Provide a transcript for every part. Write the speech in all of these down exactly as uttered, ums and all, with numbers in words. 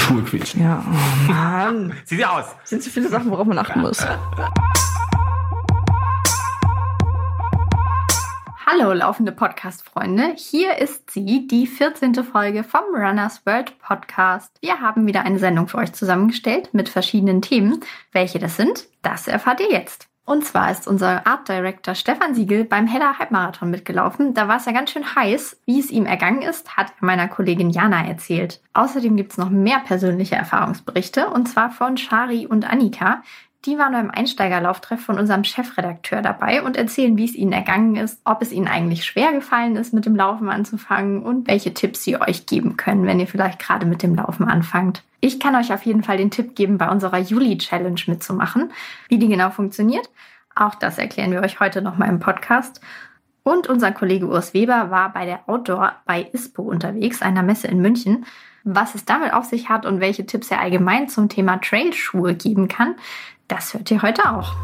Schuhe quietschen. Ja, oh Mann. Sieh sie aus. Sind so viele Sachen, worauf man achten muss. Hallo laufende Podcast-Freunde, hier ist sie, die vierzehnte Folge vom Runners World Podcast. Wir haben wieder eine Sendung für euch zusammengestellt mit verschiedenen Themen. Welche das sind, das erfahrt ihr jetzt. Und zwar ist unser Art Director Stefan Siegel beim Hedda Halbmarathon mitgelaufen. Da war es ja ganz schön heiß. Wie es ihm ergangen ist, hat er meiner Kollegin Jana erzählt. Außerdem gibt es noch mehr persönliche Erfahrungsberichte, und zwar von Shari und Annika. Die waren beim Einsteigerlauftreff von unserem Chefredakteur dabei und erzählen, wie es ihnen ergangen ist, ob es ihnen eigentlich schwer gefallen ist, mit dem Laufen anzufangen und welche Tipps sie euch geben können, wenn ihr vielleicht gerade mit dem Laufen anfangt. Ich kann euch auf jeden Fall den Tipp geben, bei unserer Juli-Challenge mitzumachen. Wie die genau funktioniert, auch das erklären wir euch heute nochmal im Podcast. Und unser Kollege Urs Weber war bei der Outdoor bei ISPO unterwegs, einer Messe in München. Was es damit auf sich hat und welche Tipps er allgemein zum Thema Trailschuhe geben kann, das hört ihr heute auch.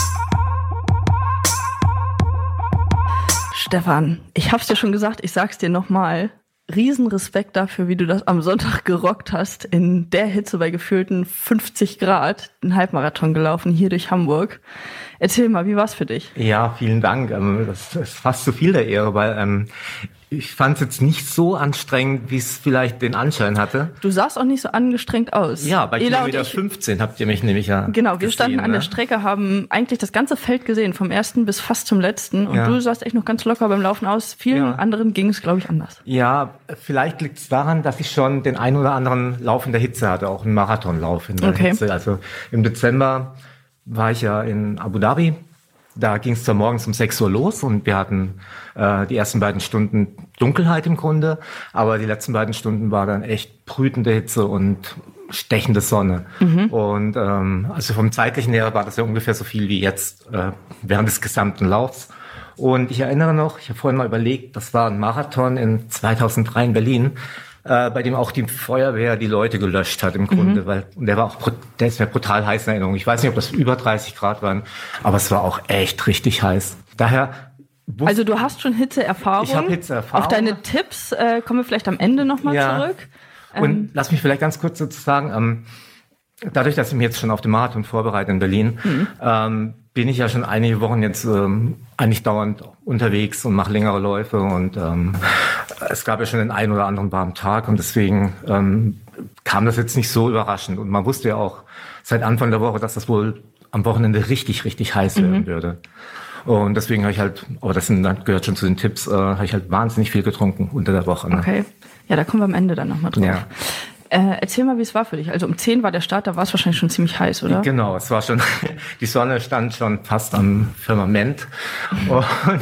Stefan, ich hab's dir schon gesagt, ich sag's dir nochmal. Riesenrespekt dafür, wie du das am Sonntag gerockt hast, in der Hitze bei gefühlten fünfzig Grad, einen Halbmarathon gelaufen, hier durch Hamburg. Erzähl mal, wie war's für dich? Ja, vielen Dank. Das ist fast zu viel der Ehre, weil ähm, ich fand es jetzt nicht so anstrengend, wie es vielleicht den Anschein hatte. Du sahst auch nicht so angestrengt aus. Ja, bei Ela Kilometer ich, fünfzehn habt ihr mich nämlich ja Genau, wir gesehen, standen an ne? der Strecke, haben eigentlich das ganze Feld gesehen, vom ersten bis fast zum letzten. Und ja. du sahst echt noch ganz locker beim Laufen aus. Vielen ja. anderen ging es, glaube ich, anders. Ja, vielleicht liegt es daran, dass ich schon den ein oder anderen Lauf in der Hitze hatte, auch einen Marathonlauf in der okay. Hitze. Also im Dezember war ich ja in Abu Dhabi. Da ging es zwar morgens um sechs Uhr los und wir hatten äh, die ersten beiden Stunden Dunkelheit im Grunde, aber die letzten beiden Stunden war dann echt brütende Hitze und stechende Sonne. Mhm. Und ähm, also vom zeitlichen her war das ja ungefähr so viel wie jetzt äh, während des gesamten Laufs. Und ich erinnere noch, ich habe vorhin mal überlegt, das war ein Marathon in zweitausenddrei in Berlin, äh, bei dem auch die Feuerwehr die Leute gelöscht hat im Grunde, mhm. weil der war auch, der ist mir brutal heiß in Erinnerung. Ich weiß nicht, ob das über dreißig Grad waren, aber es war auch echt richtig heiß. Daher Also du hast schon Hitzeerfahrung. Ich habe Hitzeerfahrung. Auf deine Tipps äh, kommen wir vielleicht am Ende nochmal ja. zurück. Und ähm. lass mich vielleicht ganz kurz dazu sagen, ähm, dadurch, dass ich mich jetzt schon auf den Marathon vorbereite in Berlin, mhm. ähm, bin ich ja schon einige Wochen jetzt ähm, eigentlich dauernd unterwegs und mache längere Läufe und ähm, es gab ja schon den einen oder anderen warmen Tag und deswegen ähm, kam das jetzt nicht so überraschend und man wusste ja auch seit Anfang der Woche, dass das wohl am Wochenende richtig, richtig heiß mhm. werden würde. Und deswegen habe ich halt, aber das sind, gehört schon zu den Tipps, äh, habe ich halt wahnsinnig viel getrunken unter der Woche. Ne? Okay, ja, da kommen wir am Ende dann nochmal drauf. Ja. Äh, erzähl mal, wie es war für dich. Also um zehn war der Start, da war es wahrscheinlich schon ziemlich heiß, oder? Genau, es war schon, die Sonne stand schon fast am Firmament und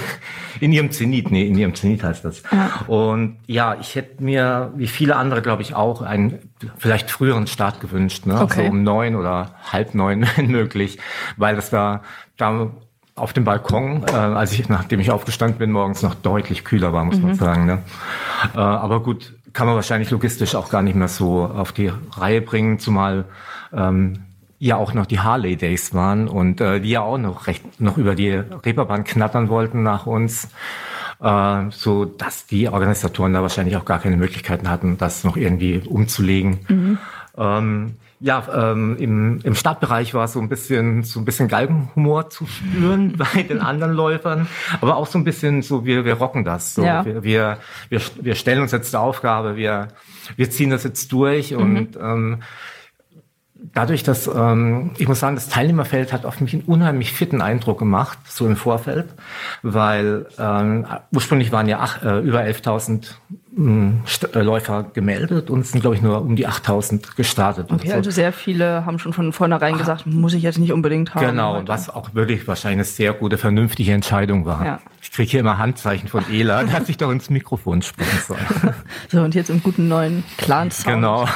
in ihrem Zenit, nee, in ihrem Zenit heißt das. Ja. Und ja, ich hätte mir, wie viele andere, glaube ich, auch einen vielleicht früheren Start gewünscht, ne? Okay. So um neun oder halb neun, wenn möglich, weil das da, da auf dem Balkon, äh, als ich, nachdem ich aufgestanden bin, morgens noch deutlich kühler war, muss mhm. man sagen. Ne? Äh, aber gut, kann man wahrscheinlich logistisch auch gar nicht mehr so auf die Reihe bringen, zumal ähm, ja auch noch die Harley Days waren und äh, die ja auch noch recht noch über die Reeperbahn knattern wollten nach uns, äh, so dass die Organisatoren da wahrscheinlich auch gar keine Möglichkeiten hatten, das noch irgendwie umzulegen. Mhm. Ähm, Ja, ähm, im, im Startbereich war so ein bisschen so ein bisschen Galgenhumor zu spüren bei den anderen Läufern, aber auch so ein bisschen so wir wir rocken das. So. Ja. Wir, wir wir wir stellen uns jetzt die Aufgabe, wir wir ziehen das jetzt durch mhm. und ähm, dadurch, dass ähm, ich muss sagen, das Teilnehmerfeld hat auf mich einen unheimlich fitten Eindruck gemacht, so im Vorfeld, weil ähm, ursprünglich waren ja ach, äh, über elftausend Läufer gemeldet und es sind, glaube ich, nur um die achttausend gestartet. Okay, also sehr viele haben schon von vornherein gesagt, muss ich jetzt nicht unbedingt haben. Genau, und was auch wirklich wahrscheinlich eine sehr gute, vernünftige Entscheidung war. Ja. Ich kriege hier immer Handzeichen von Ela, der hat sich doch ins Mikrofon sprechen sollen. So, und jetzt im guten neuen Clan-Sound. Genau.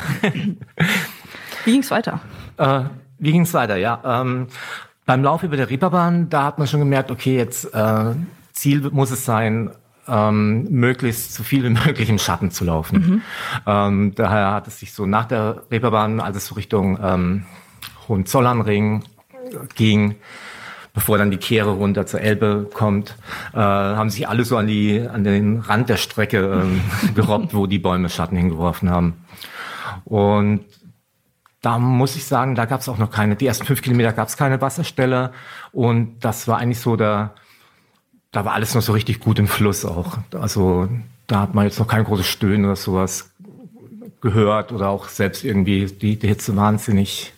Wie ging's weiter? Äh, wie ging's weiter, ja. Ähm, beim Lauf über der Reeperbahn, da hat man schon gemerkt, okay, jetzt äh, Ziel muss es sein, Ähm, möglichst so viel wie möglich im Schatten zu laufen. Mhm. Ähm, daher hat es sich so nach der Reeperbahn, als es so Richtung ähm, Hohenzollernring ging, bevor dann die Kehre runter zur Elbe kommt, äh, haben sich alle so an die an den Rand der Strecke ähm, gerobbt, wo die Bäume Schatten hingeworfen haben. Und da muss ich sagen, da gab es auch noch keine, die ersten fünf Kilometer gab es keine Wasserstelle und das war eigentlich so der, da war alles noch so richtig gut im Fluss auch. Also da hat man jetzt noch kein großes Stöhnen oder sowas gehört oder auch selbst irgendwie die, die Hitze wahnsinnig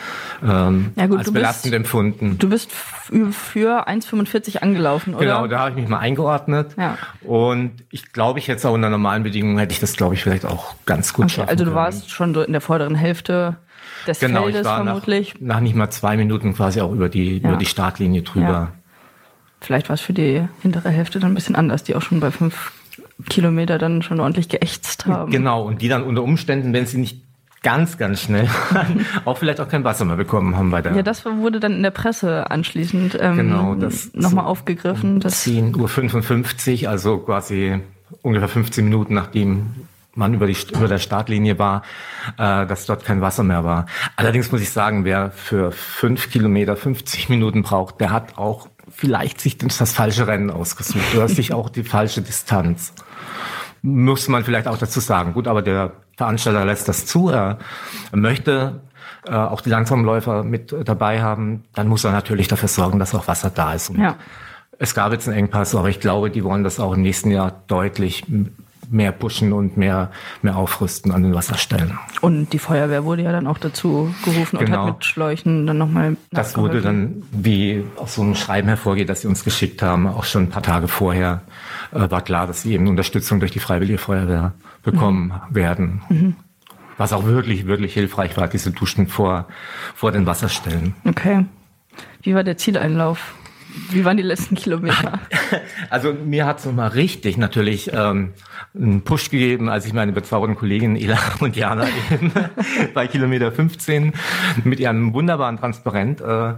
ähm, ja gut, als belastend bist, empfunden. Du bist f- für eins fünfundvierzig angelaufen, oder? Genau, da habe ich mich mal eingeordnet. Ja. Und ich glaube, ich jetzt auch unter normalen Bedingungen hätte ich das, glaube ich, vielleicht auch ganz gut okay, schaffen Also du können. warst schon so in der vorderen Hälfte des genau, Feldes ich war vermutlich. Nach, nach nicht mal zwei Minuten quasi auch über die, ja. über die Startlinie drüber. Ja. Vielleicht war es für die hintere Hälfte dann ein bisschen anders, die auch schon bei fünf Kilometer dann schon ordentlich geächtzt haben. Genau, und die dann unter Umständen, wenn sie nicht ganz, ganz schnell auch vielleicht auch kein Wasser mehr bekommen haben bei der. Ja, das wurde dann in der Presse anschließend ähm, genau, nochmal so aufgegriffen. Um zehn Uhr fünfundfünfzig, also quasi ungefähr fünfzehn Minuten nachdem man über die über der Startlinie war, äh, dass dort kein Wasser mehr war. Allerdings muss ich sagen, wer für fünf Kilometer fünfzig Minuten braucht, der hat auch vielleicht sich das falsche Rennen ausgesucht oder sich auch die falsche Distanz. Muss man vielleicht auch dazu sagen. Gut, aber der Veranstalter lässt das zu. Er möchte äh, auch die Langsamläufer mit dabei haben. Dann muss er natürlich dafür sorgen, dass auch Wasser da ist. Und ja. Es gab jetzt einen Engpass, aber ich glaube, die wollen das auch im nächsten Jahr deutlich mehr pushen und mehr mehr aufrüsten an den Wasserstellen. Und die Feuerwehr wurde ja dann auch dazu gerufen und genau. hat mit Schläuchen dann nochmal Das wurde dann, wie aus so einem Schreiben hervorgeht, das sie uns geschickt haben, auch schon ein paar Tage vorher, äh, war klar, dass sie eben Unterstützung durch die Freiwillige Feuerwehr bekommen mhm. werden. Mhm. Was auch wirklich, wirklich hilfreich war, diese Duschen vor, vor den Wasserstellen. Okay. Wie war der Zieleinlauf? Wie waren die letzten Kilometer? Also mir hat es nochmal richtig natürlich ähm, einen Push gegeben, als ich meine bezaubernden Kolleginnen Ela und Jana eben bei Kilometer fünfzehn mit ihrem wunderbaren Transparent äh,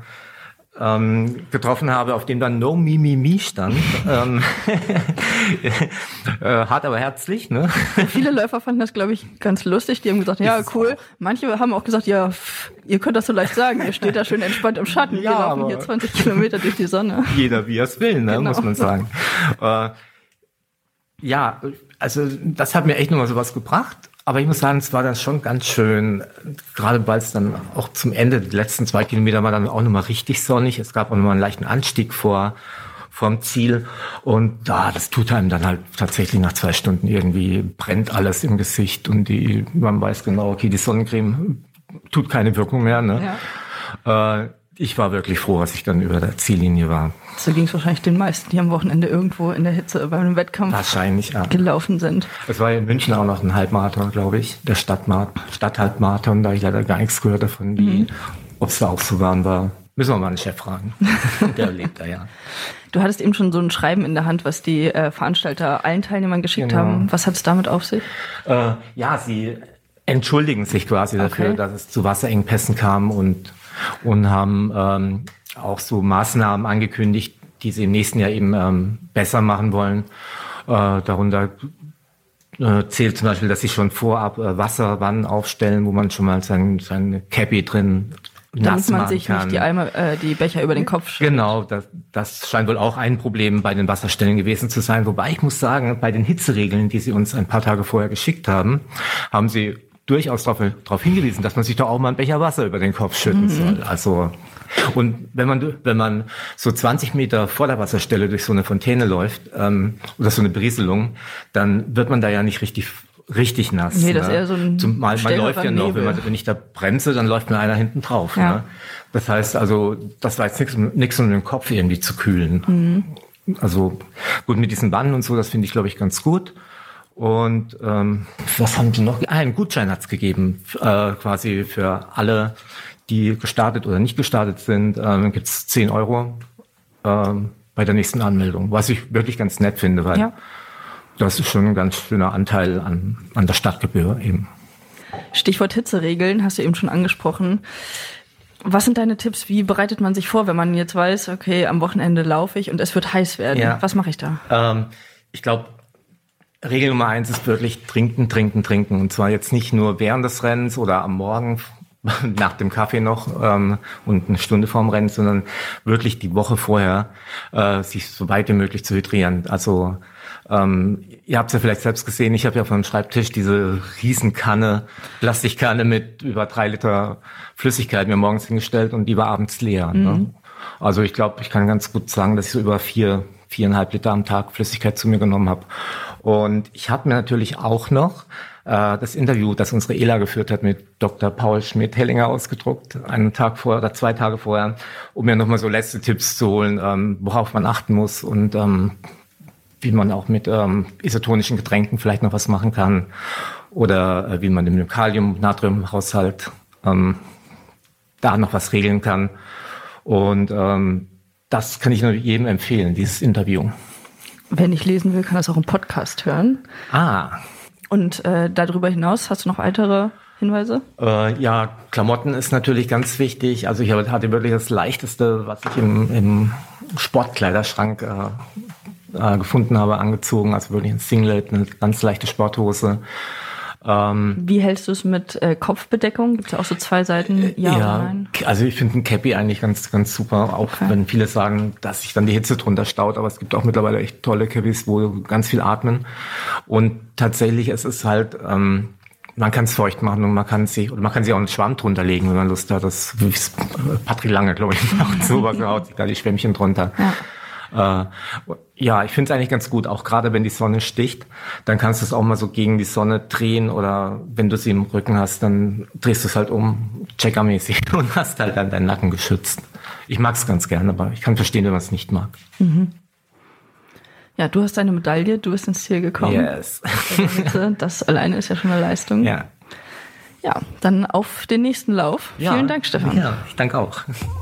ähm, getroffen habe, auf dem dann No Me Me Me stand. ähm, äh, hart, aber herzlich. Ne? Viele Läufer fanden das, glaube ich, ganz lustig. Die haben gesagt, ja, cool. Manche haben auch gesagt, ja, pff, ihr könnt das so leicht sagen. Ihr steht da schön entspannt im Schatten. Wir ja, laufen hier zwanzig Kilometer durch die Sonne. Jeder wie er es will, ne, genau. muss man sagen. Äh, ja, also das hat mir echt nochmal sowas gebracht. Aber ich muss sagen, es war dann schon ganz schön, gerade weil es dann auch zum Ende, die letzten zwei Kilometer war dann auch nochmal richtig sonnig. Es gab auch nochmal einen leichten Anstieg vor vom Ziel. Und da, das tut einem dann halt tatsächlich nach zwei Stunden irgendwie, brennt alles im Gesicht und die, man weiß genau, okay, die Sonnencreme tut keine Wirkung mehr. Ne? Ja. Äh, ich war wirklich froh, als ich dann über der Ziellinie war. So ging es wahrscheinlich den meisten, die am Wochenende irgendwo in der Hitze bei einem Wettkampf wahrscheinlich, ja. gelaufen sind. Es war in München auch noch ein Halbmarathon, glaube ich, der Stadtmar- Stadthalbmarathon, da ich leider gar nichts gehört davon, wie, mhm. ob es da auch so warm war. Müssen wir mal einen Chef fragen. Der lebt da, ja. Du hattest eben schon so ein Schreiben in der Hand, was die äh, Veranstalter allen Teilnehmern geschickt genau. haben. Was hat es damit auf sich? Äh, ja, sie entschuldigen sich quasi okay. dafür, dass es zu Wasserengpässen kam und und haben ähm, auch so Maßnahmen angekündigt, die sie im nächsten Jahr eben ähm, besser machen wollen. Äh, darunter äh, zählt zum Beispiel, dass sie schon vorab äh, Wasserwannen aufstellen, wo man schon mal sein, sein Cappy drin nass Damit man machen sich kann. nicht die Eimer, äh, die Becher über den Kopf schüttet. Genau, das, das scheint wohl auch ein Problem bei den Wasserstellen gewesen zu sein. Wobei ich muss sagen, bei den Hitzeregeln, die sie uns ein paar Tage vorher geschickt haben, haben sie durchaus darauf, darauf hingewiesen, dass man sich doch auch mal einen Becher Wasser über den Kopf schütten mhm. soll. Also, und wenn man, wenn man so zwanzig Meter vor der Wasserstelle durch so eine Fontäne läuft, ähm, oder so eine Berieselung, dann wird man da ja nicht richtig, richtig nass. Nee, das ist eher so ein Zumal man läuft ja noch, wenn, man, wenn ich da bremse, dann läuft mir einer hinten drauf. Ja. Ne? Das heißt also, das war jetzt nichts, nichts um den Kopf irgendwie zu kühlen. Mhm. Also, gut, mit diesen Wannen und so, das finde ich, glaube ich, ganz gut. Und ähm, was haben sie noch? Ah, einen Gutschein hat's gegeben, äh, quasi für alle, die gestartet oder nicht gestartet sind. Ähm, gibt's zehn Euro ähm, bei der nächsten Anmeldung, was ich wirklich ganz nett finde, weil ja. das ist schon ein ganz schöner Anteil an, an der Stadtgebühr eben. Stichwort Hitzeregeln hast du eben schon angesprochen. Was sind deine Tipps? Wie bereitet man sich vor, wenn man jetzt weiß, okay, am Wochenende laufe ich und es wird heiß werden? Ja. Was mache ich da? Ähm, ich glaube, Regel Nummer eins ist wirklich trinken, trinken, trinken. Und zwar jetzt nicht nur während des Rennens oder am Morgen nach dem Kaffee noch ähm, und eine Stunde vorm Rennen, sondern wirklich die Woche vorher äh, sich so weit wie möglich zu hydrieren. Also ähm, ihr habt es ja vielleicht selbst gesehen, ich habe ja auf meinem Schreibtisch diese Riesenkanne, Plastikkanne mit über drei Liter Flüssigkeit mir morgens hingestellt und die war abends leer. Mhm. Ne? Also ich glaube, ich kann ganz gut sagen, dass ich so über vier, viereinhalb Liter am Tag Flüssigkeit zu mir genommen habe. Und ich habe mir natürlich auch noch äh, das Interview, das unsere Ela geführt hat, mit Doktor Paul Schmidt-Hellinger ausgedruckt, einen Tag vorher oder zwei Tage vorher, um mir nochmal so letzte Tipps zu holen, ähm, worauf man achten muss und ähm, wie man auch mit ähm, isotonischen Getränken vielleicht noch was machen kann oder äh, wie man den Kalium-Natrium-Haushalt ähm, da noch was regeln kann. Und ähm, das kann ich nur jedem empfehlen, dieses Interview. Wer nicht lesen will, kann das auch im Podcast hören. Ah. Und äh, darüber hinaus, hast du noch weitere Hinweise? Äh, ja, Klamotten ist natürlich ganz wichtig. Also ich hatte wirklich das Leichteste, was ich im, im Sportkleiderschrank äh, äh, gefunden habe, angezogen. Also wirklich ein Singlet, eine ganz leichte Sporthose. Ähm, Wie hältst du es mit äh, Kopfbedeckung? Gibt es ja auch so zwei Seiten, ja, ja oder nein? Also ich finde ein Cappy eigentlich ganz, ganz super, auch okay. Wenn viele sagen, dass sich dann die Hitze drunter staut, aber es gibt auch mittlerweile echt tolle Cappys, wo ganz viel atmen. Und tatsächlich ist es halt, ähm, man kann es feucht machen und man kann sich, oder man kann sich auch einen Schwamm drunter legen, wenn man Lust hat. Das ist Patrick Lange, glaube ich, macht sowas, haut sich da die Schwämmchen drunter. Ja. Äh, ja, ich finde es eigentlich ganz gut, auch gerade wenn die Sonne sticht, dann kannst du es auch mal so gegen die Sonne drehen oder wenn du sie im Rücken hast, dann drehst du es halt um, checkermäßig und hast halt dann deinen Nacken geschützt. Ich mag es ganz gerne, aber ich kann verstehen, wenn man es nicht mag. Mhm. Ja, du hast deine Medaille, du bist ins Ziel gekommen. Yes. Das alleine ist ja schon eine Leistung. Ja. Ja, dann auf den nächsten Lauf. Ja. Vielen Dank, Stefan. Ja, ich danke auch.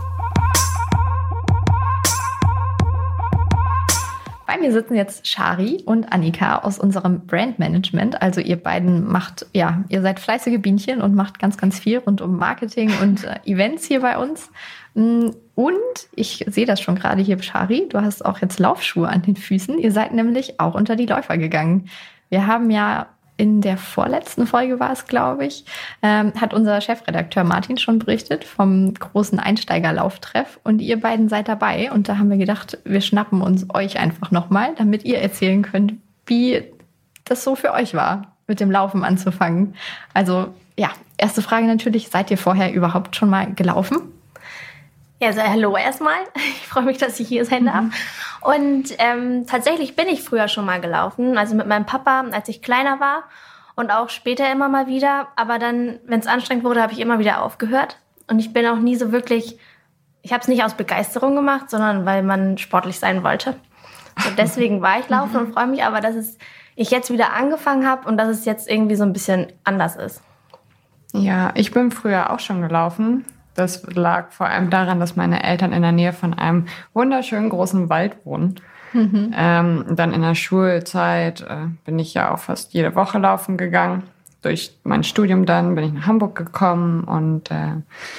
Bei mir sitzen jetzt Shari und Annika aus unserem Brandmanagement. Also ihr beiden macht, ja, ihr seid fleißige Bienchen und macht ganz, ganz viel rund um Marketing und äh, Events hier bei uns. Und ich sehe das schon gerade hier, Shari, du hast auch jetzt Laufschuhe an den Füßen. Ihr seid nämlich auch unter die Läufer gegangen. Wir haben ja in der vorletzten Folge war es, glaube ich, ähm, hat unser Chefredakteur Martin schon berichtet vom großen Einsteigerlauftreff und ihr beiden seid dabei und da haben wir gedacht, wir schnappen uns euch einfach nochmal, damit ihr erzählen könnt, wie das so für euch war, mit dem Laufen anzufangen. Also ja, erste Frage natürlich, seid ihr vorher überhaupt schon mal gelaufen? Ja, also hallo erstmal. Ich freue mich, dass ich hier sein darf. Mhm. Und ähm, tatsächlich bin ich früher schon mal gelaufen, also mit meinem Papa, als ich kleiner war und auch später immer mal wieder. Aber dann, wenn es anstrengend wurde, habe ich immer wieder aufgehört. Und ich bin auch nie so wirklich, ich habe es nicht aus Begeisterung gemacht, sondern weil man sportlich sein wollte. Und deswegen war ich laufen und freue mich aber, dass es, ich jetzt wieder angefangen habe und dass es jetzt irgendwie so ein bisschen anders ist. Ja, ich bin früher auch schon gelaufen. Das lag vor allem daran, dass meine Eltern in der Nähe von einem wunderschönen großen Wald wohnen. Mhm. Ähm, dann in der Schulzeit äh, bin ich ja auch fast jede Woche laufen gegangen. Durch mein Studium dann bin ich nach Hamburg gekommen und äh,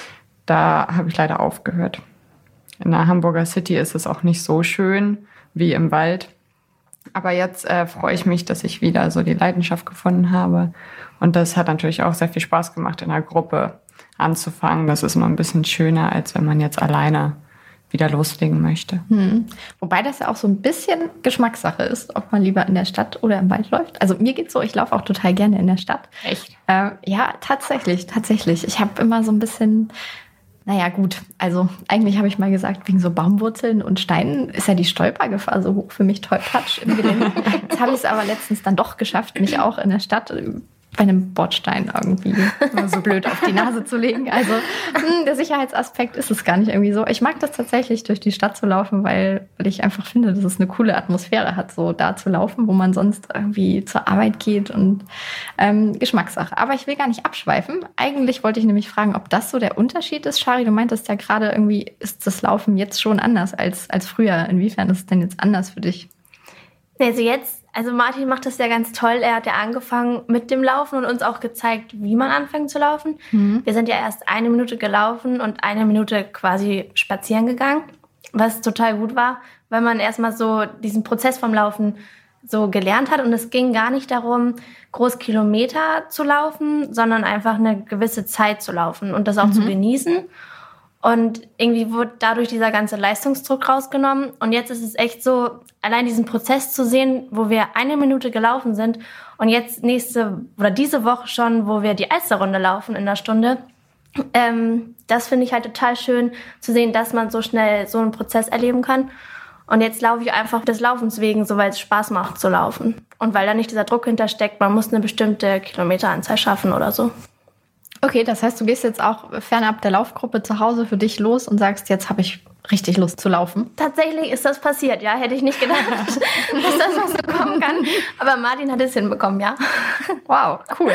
da habe ich leider aufgehört. In der Hamburger City ist es auch nicht so schön wie im Wald. Aber jetzt äh, freue ich mich, dass ich wieder so die Leidenschaft gefunden habe. Und das hat natürlich auch sehr viel Spaß gemacht, in der Gruppe anzufangen. Das ist immer ein bisschen schöner, als wenn man jetzt alleine wieder loslegen möchte. Hm. Wobei das ja auch so ein bisschen Geschmackssache ist, ob man lieber in der Stadt oder im Wald läuft. Also mir geht's so, ich laufe auch total gerne in der Stadt. Echt? Äh, ja, tatsächlich, tatsächlich. Ich habe immer so ein bisschen, naja gut, also eigentlich habe ich mal gesagt, wegen so Baumwurzeln und Steinen ist ja die Stolpergefahr so hoch für mich, Tollpatsch im Gelände. Jetzt habe ich es aber letztens dann doch geschafft, mich auch in der Stadt bei einem Bordstein irgendwie so blöd auf die Nase zu legen. Also mh, der Sicherheitsaspekt ist es gar nicht irgendwie so. Ich mag das tatsächlich, durch die Stadt zu laufen, weil, weil ich einfach finde, dass es eine coole Atmosphäre hat, so da zu laufen, wo man sonst irgendwie zur Arbeit geht und ähm, Geschmackssache. Aber ich will gar nicht abschweifen. Eigentlich wollte ich nämlich fragen, ob das so der Unterschied ist. Shari, du meintest ja gerade irgendwie, ist das Laufen jetzt schon anders als, als früher. Inwiefern ist es denn jetzt anders für dich? Also jetzt, also Martin macht das ja ganz toll. Er hat ja angefangen mit dem Laufen und uns auch gezeigt, wie man anfängt zu laufen. Mhm. Wir sind ja erst eine Minute gelaufen und eine Minute quasi spazieren gegangen, was total gut war, weil man erstmal so diesen Prozess vom Laufen so gelernt hat. Und es ging gar nicht darum, groß Kilometer zu laufen, sondern einfach eine gewisse Zeit zu laufen und das auch mhm. zu genießen. Und irgendwie wurde dadurch dieser ganze Leistungsdruck rausgenommen. Und jetzt ist es echt so, allein diesen Prozess zu sehen, wo wir eine Minute gelaufen sind und jetzt nächste oder diese Woche schon, wo wir die Alsterrunde laufen in der Stunde. Ähm, das finde ich halt total schön zu sehen, dass man so schnell so einen Prozess erleben kann. Und jetzt laufe ich einfach des Laufens wegen, so weil es Spaß macht zu laufen. Und weil da nicht dieser Druck hintersteckt, man muss eine bestimmte Kilometeranzahl schaffen oder so. Okay, das heißt, du gehst jetzt auch fernab der Laufgruppe zu Hause für dich los und sagst, jetzt habe ich richtig Lust zu laufen. Tatsächlich ist das passiert, ja. Hätte ich nicht gedacht, dass das was so kommen kann. Aber Martin hat es hinbekommen, ja. Wow, cool.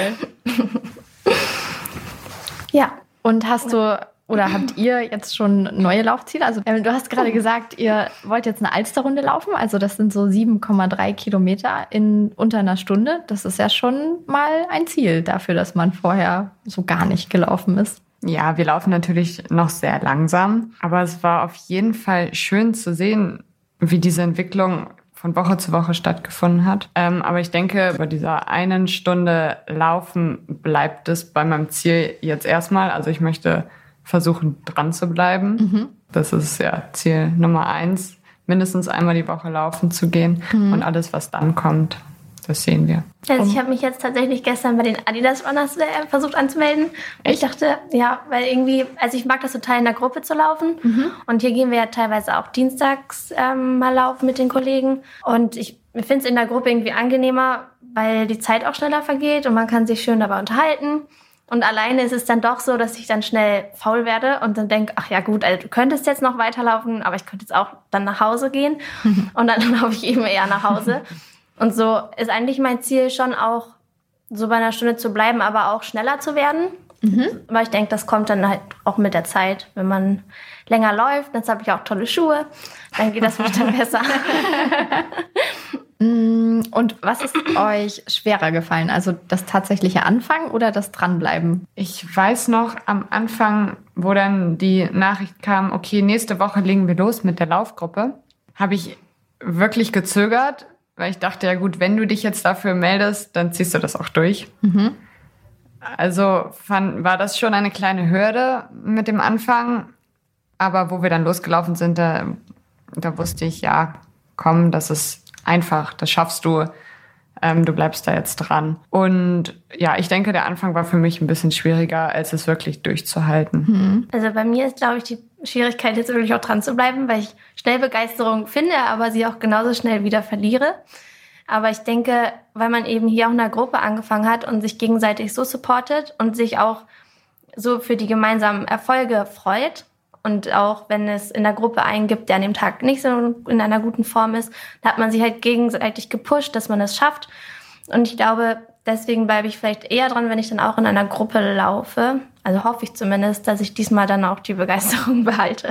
Ja. Und hast du oder habt ihr jetzt schon neue Laufziele? Also du hast gerade gesagt, ihr wollt jetzt eine Alsterrunde laufen. Also das sind so sieben Komma drei Kilometer in unter einer Stunde. Das ist ja schon mal ein Ziel dafür, dass man vorher so gar nicht gelaufen ist. Ja, wir laufen natürlich noch sehr langsam. Aber es war auf jeden Fall schön zu sehen, wie diese Entwicklung von Woche zu Woche stattgefunden hat. Ähm, aber ich denke, bei dieser einen Stunde Laufen bleibt es bei meinem Ziel jetzt erstmal. Also ich möchte versuchen, dran zu bleiben. Mhm. Das ist ja Ziel Nummer eins, mindestens einmal die Woche laufen zu gehen. Mhm. Und alles, was dann kommt, das sehen wir. Also ich habe mich jetzt tatsächlich gestern bei den Adidas Runners äh, versucht anzumelden. Und ich dachte, ja, weil irgendwie, also ich mag das total in der Gruppe zu laufen. Mhm. Und hier gehen wir ja teilweise auch dienstags ähm, mal laufen mit den Kollegen. Und ich finde es in der Gruppe irgendwie angenehmer, weil die Zeit auch schneller vergeht und man kann sich schön dabei unterhalten. Und alleine ist es dann doch so, dass ich dann schnell faul werde und dann denke, ach ja gut, also du könntest jetzt noch weiterlaufen, aber ich könnte jetzt auch dann nach Hause gehen. Und dann laufe ich eben eher nach Hause. Und so ist eigentlich mein Ziel schon auch, so bei einer Stunde zu bleiben, aber auch schneller zu werden. Mhm. Aber ich denke, das kommt dann halt auch mit der Zeit. Wenn man länger läuft, jetzt habe ich auch tolle Schuhe, dann geht das bestimmt besser. Und was ist euch schwerer gefallen? Also das tatsächliche Anfangen oder das Dranbleiben? Ich weiß noch am Anfang, wo dann die Nachricht kam, okay, nächste Woche legen wir los mit der Laufgruppe, habe ich wirklich gezögert, weil ich dachte, ja gut, wenn du dich jetzt dafür meldest, dann ziehst du das auch durch. Mhm. Also fand, war das schon eine kleine Hürde mit dem Anfang. Aber wo wir dann losgelaufen sind, da, da wusste ich, ja, komm, das ist einfach, das schaffst du, ähm, du bleibst da jetzt dran. Und ja, ich denke, der Anfang war für mich ein bisschen schwieriger, als es wirklich durchzuhalten. Mhm. Also bei mir ist, glaube ich, die Schwierigkeit jetzt wirklich auch dran zu bleiben, weil ich schnell Begeisterung finde, aber sie auch genauso schnell wieder verliere. Aber ich denke, weil man eben hier auch in einer Gruppe angefangen hat und sich gegenseitig so supportet und sich auch so für die gemeinsamen Erfolge freut, und auch wenn es in der Gruppe einen gibt, der an dem Tag nicht so in einer guten Form ist, da hat man sich halt gegenseitig gepusht, dass man es schafft. Und ich glaube, deswegen bleibe ich vielleicht eher dran, wenn ich dann auch in einer Gruppe laufe. Also hoffe ich zumindest, dass ich diesmal dann auch die Begeisterung behalte.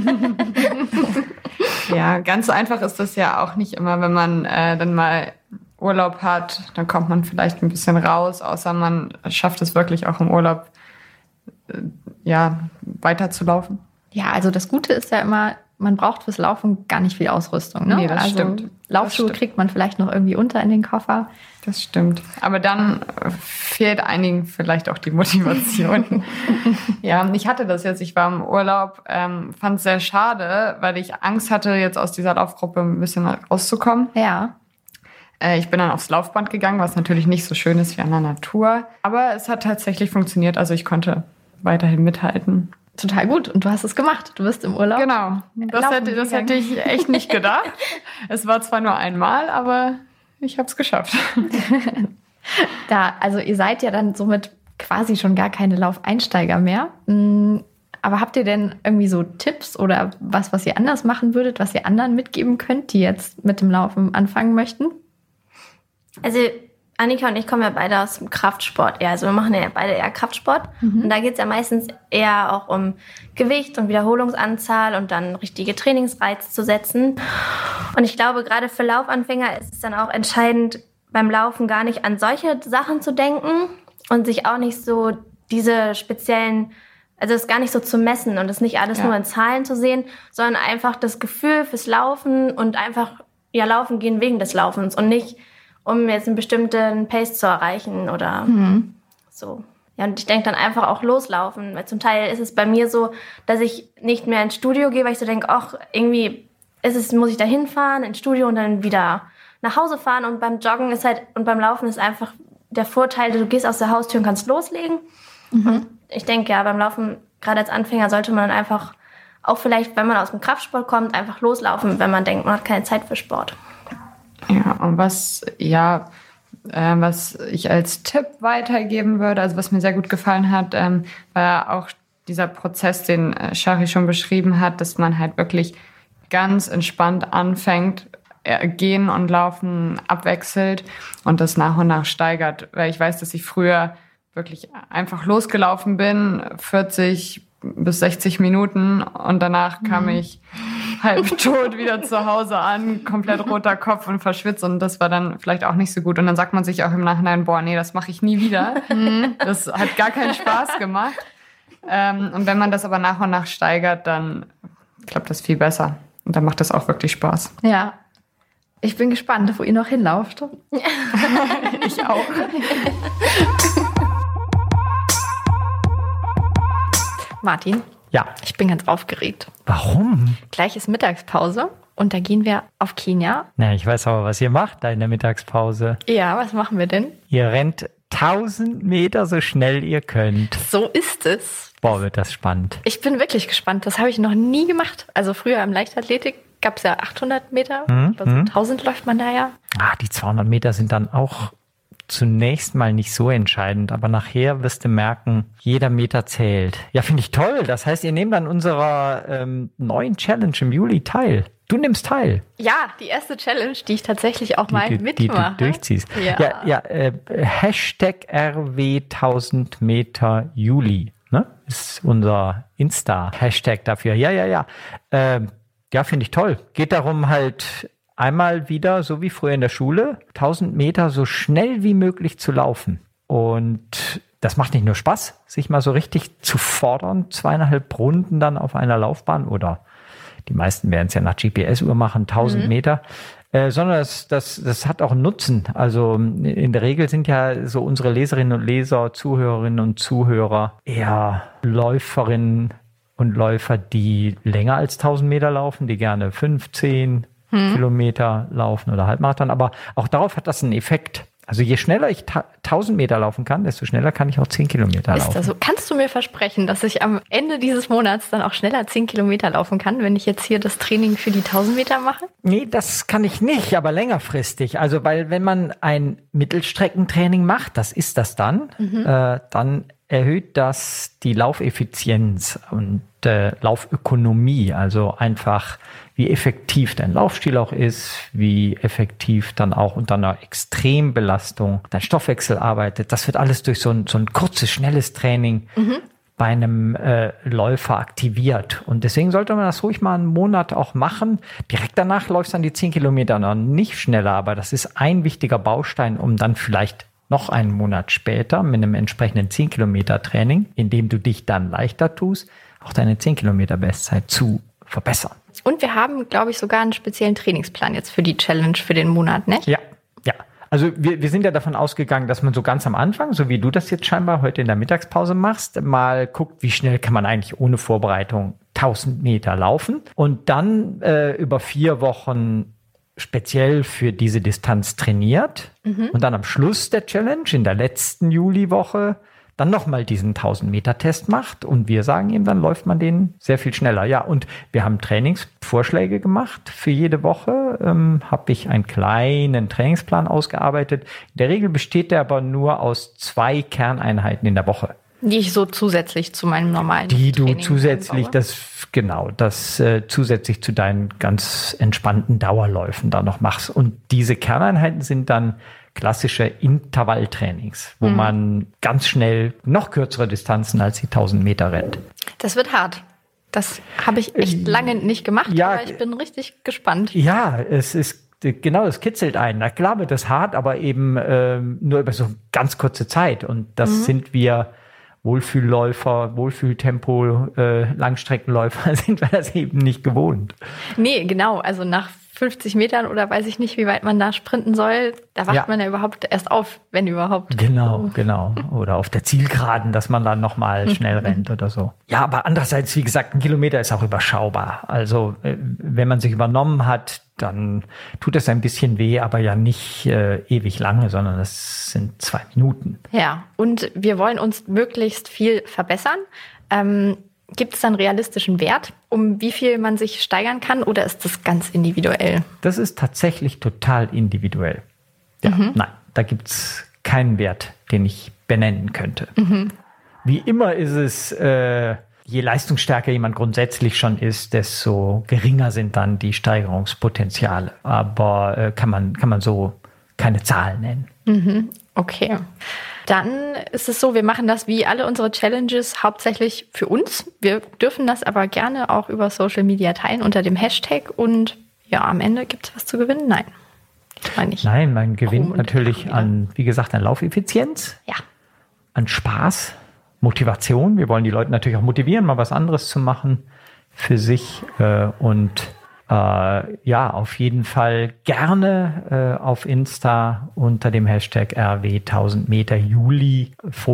Ja, ganz so einfach ist das ja auch nicht immer, wenn man äh, dann mal Urlaub hat, dann kommt man vielleicht ein bisschen raus, außer man schafft es wirklich auch im Urlaub, äh, ja, weiterzulaufen. Ja, also das Gute ist ja immer, man braucht fürs Laufen gar nicht viel Ausrüstung. Ne? Nee, das also stimmt. Laufschuhe das stimmt. kriegt man vielleicht noch irgendwie unter in den Koffer. Das stimmt. Aber dann fehlt einigen vielleicht auch die Motivation. Ja, ich hatte das jetzt. Ich war im Urlaub, ähm, fand es sehr schade, weil ich Angst hatte, jetzt aus dieser Laufgruppe ein bisschen rauszukommen. Ja. Äh, ich bin dann aufs Laufband gegangen, was natürlich nicht so schön ist wie an der Natur. Aber es hat tatsächlich funktioniert. Also ich konnte weiterhin mithalten. Total gut. Und du hast es gemacht. Du bist im Urlaub. Genau. Das, hätte, das hätte ich echt nicht gedacht. Es war zwar nur einmal, aber ich habe es geschafft. Da, also ihr seid ja dann somit quasi schon gar keine Laufeinsteiger mehr. Aber habt ihr denn irgendwie so Tipps oder was, was ihr anders machen würdet, was ihr anderen mitgeben könnt, die jetzt mit dem Laufen anfangen möchten? Also Annika und ich kommen ja beide aus dem Kraftsport eher. Also wir machen ja beide eher Kraftsport. Mhm. Und da geht es ja meistens eher auch um Gewicht und Wiederholungsanzahl und dann richtige Trainingsreize zu setzen. Und ich glaube, gerade für Laufanfänger ist es dann auch entscheidend, beim Laufen gar nicht an solche Sachen zu denken und sich auch nicht so diese speziellen, also es gar nicht so zu messen und es nicht alles ja. nur in Zahlen zu sehen, sondern einfach das Gefühl fürs Laufen und einfach ja laufen gehen wegen des Laufens und nicht, um jetzt einen bestimmten Pace zu erreichen oder mhm. so. Ja, und ich denke dann einfach auch loslaufen, weil zum Teil ist es bei mir so, dass ich nicht mehr ins Studio gehe, weil ich so denke, ach, irgendwie ist es, muss ich da hinfahren ins Studio und dann wieder nach Hause fahren, und beim Joggen ist halt, und beim Laufen ist einfach der Vorteil, du gehst aus der Haustür und kannst loslegen. Mhm. Und ich denke, ja, beim Laufen, gerade als Anfänger, sollte man dann einfach auch vielleicht, wenn man aus dem Kraftsport kommt, einfach loslaufen, wenn man denkt, man hat keine Zeit für Sport. Ja, und was, ja, äh, was ich als Tipp weitergeben würde, also was mir sehr gut gefallen hat, ähm, war auch dieser Prozess, den äh, Shari schon beschrieben hat, dass man halt wirklich ganz entspannt anfängt, Gehen und Laufen abwechselt und das nach und nach steigert. Weil ich weiß, dass ich früher wirklich einfach losgelaufen bin, vierzig bis sechzig Minuten, und danach kam mhm. ich halb tot wieder zu Hause an, komplett roter Kopf und verschwitzt, und das war dann vielleicht auch nicht so gut. Und dann sagt man sich auch im Nachhinein, boah, nee, das mache ich nie wieder. Das hat gar keinen Spaß gemacht. Ähm, und wenn man das aber nach und nach steigert, dann klappt das viel besser. Und dann macht das auch wirklich Spaß. Ja. Ich bin gespannt, wo ihr noch hinlauft. Ich auch. Martin? Ja. Ich bin ganz aufgeregt. Warum? Gleich ist Mittagspause und da gehen wir auf Kenia. Na, ich weiß aber, was ihr macht da in der Mittagspause. Ja, was machen wir denn? Ihr rennt tausend Meter so schnell ihr könnt. So ist es. Boah, wird das spannend. Ich bin wirklich gespannt. Das habe ich noch nie gemacht. Also früher im Leichtathletik gab es ja achthundert Meter, mhm. aber so tausend läuft man da ja. Ah, die zweihundert Meter sind dann auch zunächst mal nicht so entscheidend, aber nachher wirst du merken, jeder Meter zählt. Ja, finde ich toll. Das heißt, ihr nehmt an unserer ähm, neuen Challenge im Juli teil. Du nimmst teil. Ja, die erste Challenge, die ich tatsächlich auch die, mal die, mitmache. Die du durchziehst. Ja, ja, ja äh, Hashtag R W tausend Meter Juli, ne? Ist unser Insta-Hashtag dafür. Ja, ja, ja. Ähm, Ja, finde ich toll. Geht darum, halt einmal wieder, so wie früher in der Schule, tausend Meter so schnell wie möglich zu laufen. Und das macht nicht nur Spaß, sich mal so richtig zu fordern, zweieinhalb Runden dann auf einer Laufbahn, oder die meisten werden es ja nach G P S-Uhr machen, tausend mhm. Meter, äh, sondern das, das, das hat auch einen Nutzen. Also in der Regel sind ja so unsere Leserinnen und Leser, Zuhörerinnen und Zuhörer eher Läuferinnen und Läufer, die länger als tausend Meter laufen, die gerne fünfzehn hm. Kilometer laufen oder Halbmarathon. Aber auch darauf hat das einen Effekt. Also je schneller ich ta- tausend Meter laufen kann, desto schneller kann ich auch zehn Kilometer Ist laufen. Das so? Kannst du mir versprechen, dass ich am Ende dieses Monats dann auch schneller zehn Kilometer laufen kann, wenn ich jetzt hier das Training für die tausend Meter mache? Nee, das kann ich nicht, aber längerfristig. Also weil wenn man ein Mittelstreckentraining macht, das ist das dann, mhm. äh, dann erhöht das die Laufeffizienz und äh, Laufökonomie, also einfach wie effektiv dein Laufstil auch ist, wie effektiv dann auch unter einer Extrembelastung dein Stoffwechsel arbeitet. Das wird alles durch so ein, so ein kurzes, schnelles Training mhm. bei einem äh, Läufer aktiviert. Und deswegen sollte man das ruhig mal einen Monat auch machen. Direkt danach läufst du dann die zehn Kilometer noch nicht schneller, aber das ist ein wichtiger Baustein, um dann vielleicht noch einen Monat später mit einem entsprechenden zehn Kilometer Training, in dem du dich dann leichter tust, auch deine zehn Kilometer Bestzeit zu verbessern. Und wir haben, glaube ich, sogar einen speziellen Trainingsplan jetzt für die Challenge für den Monat, ne? Ja, ja. Also wir, wir sind ja davon ausgegangen, dass man so ganz am Anfang, so wie du das jetzt scheinbar heute in der Mittagspause machst, mal guckt, wie schnell kann man eigentlich ohne Vorbereitung tausend Meter laufen und dann äh, über vier Wochen speziell für diese Distanz trainiert mhm. und dann am Schluss der Challenge, in der letzten Juliwoche, dann nochmal diesen tausend Meter Test macht, und wir sagen ihm, dann läuft man den sehr viel schneller. Ja, und wir haben Trainingsvorschläge gemacht für jede Woche, ähm, habe ich einen kleinen Trainingsplan ausgearbeitet. In der Regel besteht der aber nur aus zwei Kerneinheiten in der Woche. Die ich so zusätzlich zu meinem normalen Die du Training zusätzlich, einbaue. das genau, das äh, zusätzlich zu deinen ganz entspannten Dauerläufen da noch machst. Und diese Kerneinheiten sind dann klassische Intervalltrainings, wo mhm. man ganz schnell noch kürzere Distanzen als die tausend Meter rennt. Das wird hart. Das habe ich echt lange nicht gemacht, ja, aber ich bin richtig gespannt. Ja, es ist genau, es kitzelt einen. Na klar wird das hart, aber eben ähm, nur über so ganz kurze Zeit. Und das mhm. sind wir Wohlfühlläufer, Wohlfühltempo, äh, Langstreckenläufer, sind wir das eben nicht gewohnt. Nee, genau. Also nach fünfzig Metern oder weiß ich nicht, wie weit man da sprinten soll, da wacht Ja. man ja überhaupt erst auf, wenn überhaupt. Genau, genau. Oder auf der Zielgeraden, dass man dann nochmal schnell rennt oder so. Ja, aber andererseits, wie gesagt, ein Kilometer ist auch überschaubar. Also äh, wenn man sich übernommen hat, dann tut es ein bisschen weh, aber ja nicht äh, ewig lange, sondern es sind zwei Minuten. Ja, und wir wollen uns möglichst viel verbessern. Ähm, Gibt es da einen realistischen Wert, um wie viel man sich steigern kann, oder ist das ganz individuell? Das ist tatsächlich total individuell. Ja, Mhm. nein, da gibt's keinen Wert, den ich benennen könnte. Mhm. Wie immer ist es, äh, je leistungsstärker jemand grundsätzlich schon ist, desto geringer sind dann die Steigerungspotenziale. Aber äh, kann man, kann man so keine Zahlen nennen. Mhm. Okay. Dann ist es so, wir machen das wie alle unsere Challenges hauptsächlich für uns. Wir dürfen das aber gerne auch über Social Media teilen unter dem Hashtag. Und ja, am Ende gibt es was zu gewinnen? Nein. Ich meine nicht. Nein, man gewinnt und natürlich Kram, an, wie gesagt, an Laufeffizienz, Ja. an Spaß, Motivation. Wir wollen die Leute natürlich auch motivieren, mal was anderes zu machen für sich. Äh, und äh, ja, auf jeden Fall gerne äh, auf Insta unter dem Hashtag R W tausend Meter Juli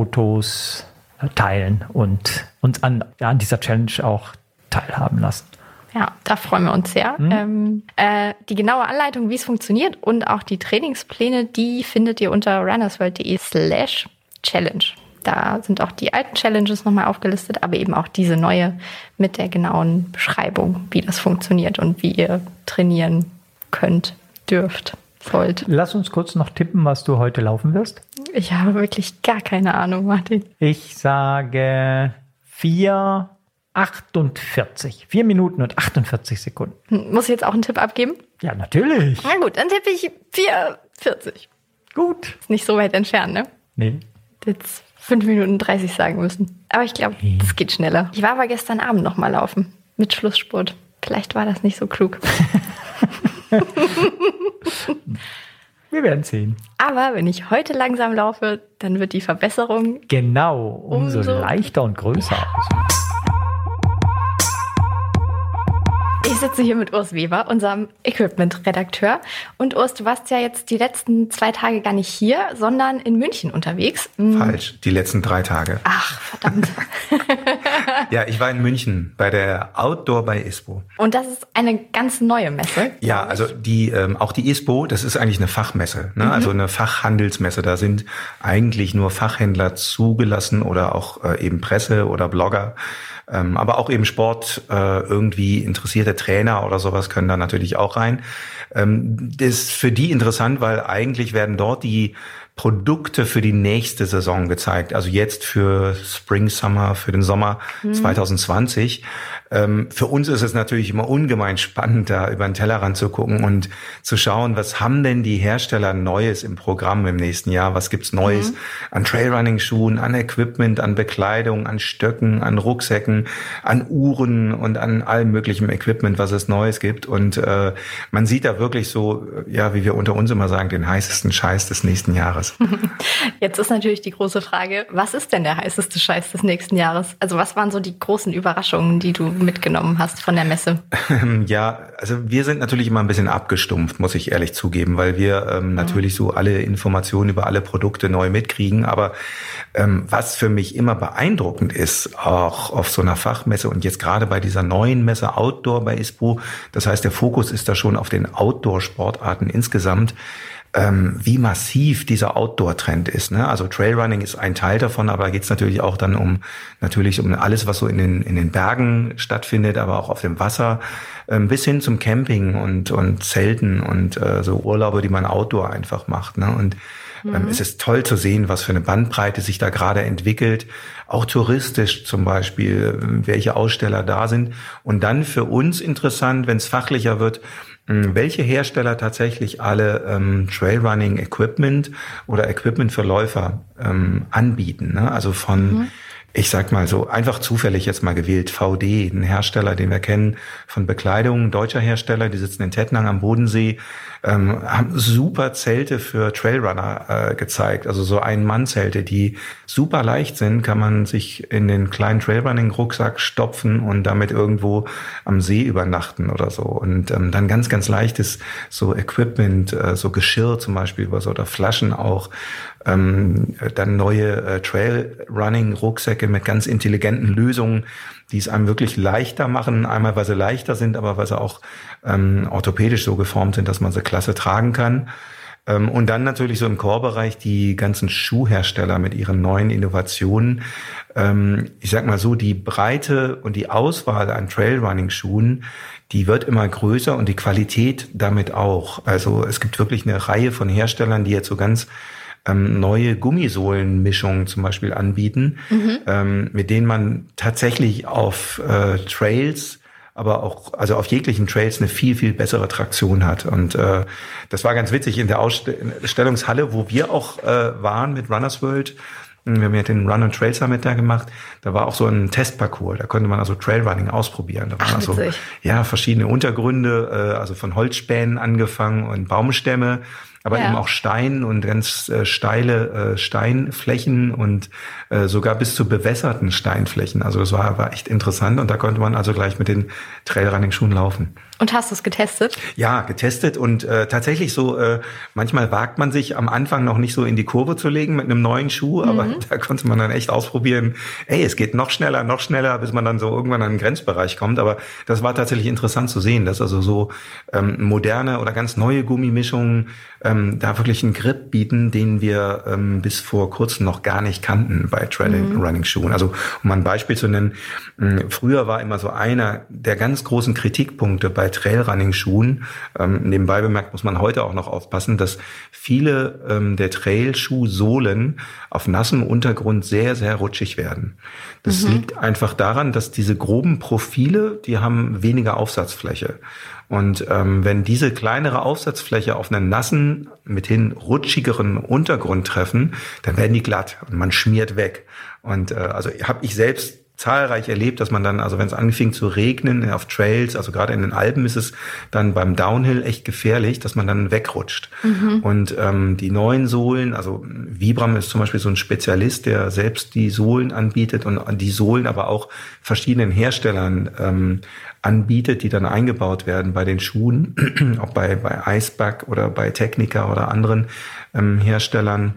Fotos äh, teilen und uns an, ja, an dieser Challenge auch teilhaben lassen. Ja, da freuen wir uns sehr. Mhm. Ähm, äh, die genaue Anleitung, wie es funktioniert und auch die Trainingspläne, die findet ihr unter runnersworld.de slash challenge. Da sind auch die alten Challenges nochmal aufgelistet, aber eben auch diese neue mit der genauen Beschreibung, wie das funktioniert und wie ihr trainieren könnt, dürft, sollt. Lass uns kurz noch tippen, was du heute laufen wirst. Ich habe wirklich gar keine Ahnung, Martin. Ich sage vier achtundvierzig. vier Minuten und achtundvierzig Sekunden. Hm, Muss ich jetzt auch einen Tipp abgeben? Ja, natürlich. Na gut, dann tippe ich vier vierzig. Gut. Ist nicht so weit entfernt, ne? Nee. Jetzt fünf Minuten dreißig sagen müssen. Aber ich glaube, das geht schneller. Ich war aber gestern Abend noch mal laufen mit Schlussspurt. Vielleicht war das nicht so klug. Wir werden sehen. Aber wenn ich heute langsam laufe, dann wird die Verbesserung. Genau, umso, Umso- leichter und größer aus. Ich sitze hier mit Urs Weber, unserem Equipment-Redakteur. Und Urs, du warst ja jetzt die letzten zwei Tage gar nicht hier, sondern in München unterwegs. Hm. Falsch, die letzten drei Tage. Ach, verdammt. Ja, ich war in München bei der Outdoor bei ISPO. Und das ist eine ganz neue Messe. Ja, also die ähm, auch die ISPO, das ist eigentlich eine Fachmesse, ne? Also eine Fachhandelsmesse. Da sind eigentlich nur Fachhändler zugelassen oder auch äh, eben Presse oder Blogger. Ähm, aber auch eben Sport, äh, irgendwie interessierte Trainer oder sowas können da natürlich auch rein. Ähm, das ist für die interessant, weil eigentlich werden dort die Produkte für die nächste Saison gezeigt. Also jetzt für Spring, Summer, für den Sommer mhm. zwanzig zwanzig. Ähm, für uns ist es natürlich immer ungemein spannend, da über den Tellerrand zu gucken und zu schauen, was haben denn die Hersteller Neues im Programm im nächsten Jahr? Was gibt's Neues mhm. an Trailrunning-Schuhen, an Equipment, an Bekleidung, an Stöcken, an Rucksäcken, an Uhren und an allem möglichen Equipment, was es Neues gibt. Und äh, man sieht da wirklich so, ja, wie wir unter uns immer sagen, den heißesten Scheiß des nächsten Jahres. Jetzt ist natürlich die große Frage, was ist denn der heißeste Scheiß des nächsten Jahres? Also was waren so die großen Überraschungen, die du mitgenommen hast von der Messe? Ja, also wir sind natürlich immer ein bisschen abgestumpft, muss ich ehrlich zugeben, weil wir ähm, natürlich so alle Informationen über alle Produkte neu mitkriegen. Aber ähm, was für mich immer beeindruckend ist, auch auf so einer Fachmesse und jetzt gerade bei dieser neuen Messe Outdoor bei ISPO, das heißt, der Fokus ist da schon auf den Outdoor-Sportarten insgesamt, Ähm, wie massiv dieser Outdoor-Trend ist. Ne? Also Trailrunning ist ein Teil davon, aber da geht es natürlich auch dann um natürlich um alles, was so in den in den Bergen stattfindet, aber auch auf dem Wasser, ähm, bis hin zum Camping und und Zelten und äh, so Urlaube, die man Outdoor einfach macht. Ne? Und ähm, es ist toll zu sehen, was für eine Bandbreite sich da gerade entwickelt, auch touristisch zum Beispiel, welche Aussteller da sind. Und dann für uns interessant, wenn es fachlicher wird, welche Hersteller tatsächlich alle ähm, Trailrunning-Equipment oder Equipment für Läufer ähm, anbieten. Ne? Also von mhm. Ich sag mal so, einfach zufällig jetzt mal gewählt, V D, ein Hersteller, den wir kennen von Bekleidung, ein deutscher Hersteller, die sitzen in Tettnang am Bodensee, ähm, haben super Zelte für Trailrunner äh, gezeigt, also so Ein-Mann-Zelte, die super leicht sind, kann man sich in den kleinen Trailrunning-Rucksack stopfen und damit irgendwo am See übernachten oder so. Und ähm, dann ganz, ganz leichtes so Equipment, äh, so Geschirr zum Beispiel oder Flaschen auch. Ähm, dann neue äh, Trail-Running-Rucksäcke mit ganz intelligenten Lösungen, die es einem wirklich leichter machen. Einmal, weil sie leichter sind, aber weil sie auch ähm, orthopädisch so geformt sind, dass man sie klasse tragen kann. Ähm, und dann natürlich so im Core-Bereich die ganzen Schuhhersteller mit ihren neuen Innovationen. Ähm, ich sag mal so, die Breite und die Auswahl an Trail-Running-Schuhen, die wird immer größer und die Qualität damit auch. Also es gibt wirklich eine Reihe von Herstellern, die jetzt so ganz ähm, neue Gummisohlenmischungen zum Beispiel anbieten, mhm. ähm, mit denen man tatsächlich auf äh, Trails, aber auch also auf jeglichen Trails eine viel, viel bessere Traktion hat. Und äh, das war ganz witzig in der Ausstellungshalle, wo wir auch äh, waren mit Runners World. Wir haben ja den Run and Trail Summit da gemacht. Da war auch so ein Testparcours. Da konnte man also Trailrunning ausprobieren. Da waren Ach, also ja verschiedene Untergründe, äh, also von Holzspänen angefangen und Baumstämme, aber ja. eben auch Stein und ganz äh, steile äh, Steinflächen und äh, sogar bis zu bewässerten Steinflächen. Also das war, war echt interessant und da konnte man also gleich mit den Trailrunning-Schuhen laufen. Und hast du es getestet? Ja, getestet und äh, tatsächlich so, äh, manchmal wagt man sich am Anfang noch nicht so in die Kurve zu legen mit einem neuen Schuh, aber mhm. da konnte man dann echt ausprobieren, ey, es geht noch schneller, noch schneller, bis man dann so irgendwann an den Grenzbereich kommt. Aber das war tatsächlich interessant zu sehen, dass also so ähm, moderne oder ganz neue Gummimischungen ähm, da wirklich einen Grip bieten, den wir ähm, bis vor kurzem noch gar nicht kannten bei Trail-Running-Schuhen. Also um mal ein Beispiel zu nennen, mh, früher war immer so einer der ganz großen Kritikpunkte bei Trailrunning-Schuhen, ähm, nebenbei bemerkt muss man heute auch noch aufpassen, dass viele ähm, der Trailschuhsohlen auf nassem Untergrund sehr, sehr rutschig werden. Das mhm. liegt einfach daran, dass diese groben Profile, die haben weniger Aufsatzfläche. Und ähm, wenn diese kleinere Aufsatzfläche auf einen nassen, mithin rutschigeren Untergrund treffen, dann werden die glatt und man schmiert weg. Und äh, also habe ich selbst zahlreich erlebt, dass man dann, also wenn es anfing zu regnen auf Trails, also gerade in den Alpen ist es dann beim Downhill echt gefährlich, dass man dann wegrutscht. Mhm. Und ähm, die neuen Sohlen, also Vibram ist zum Beispiel so ein Spezialist, der selbst die Sohlen anbietet und die Sohlen aber auch verschiedenen Herstellern ähm, anbietet, die dann eingebaut werden bei den Schuhen, auch bei, bei Iceberg oder bei Technica oder anderen ähm, Herstellern.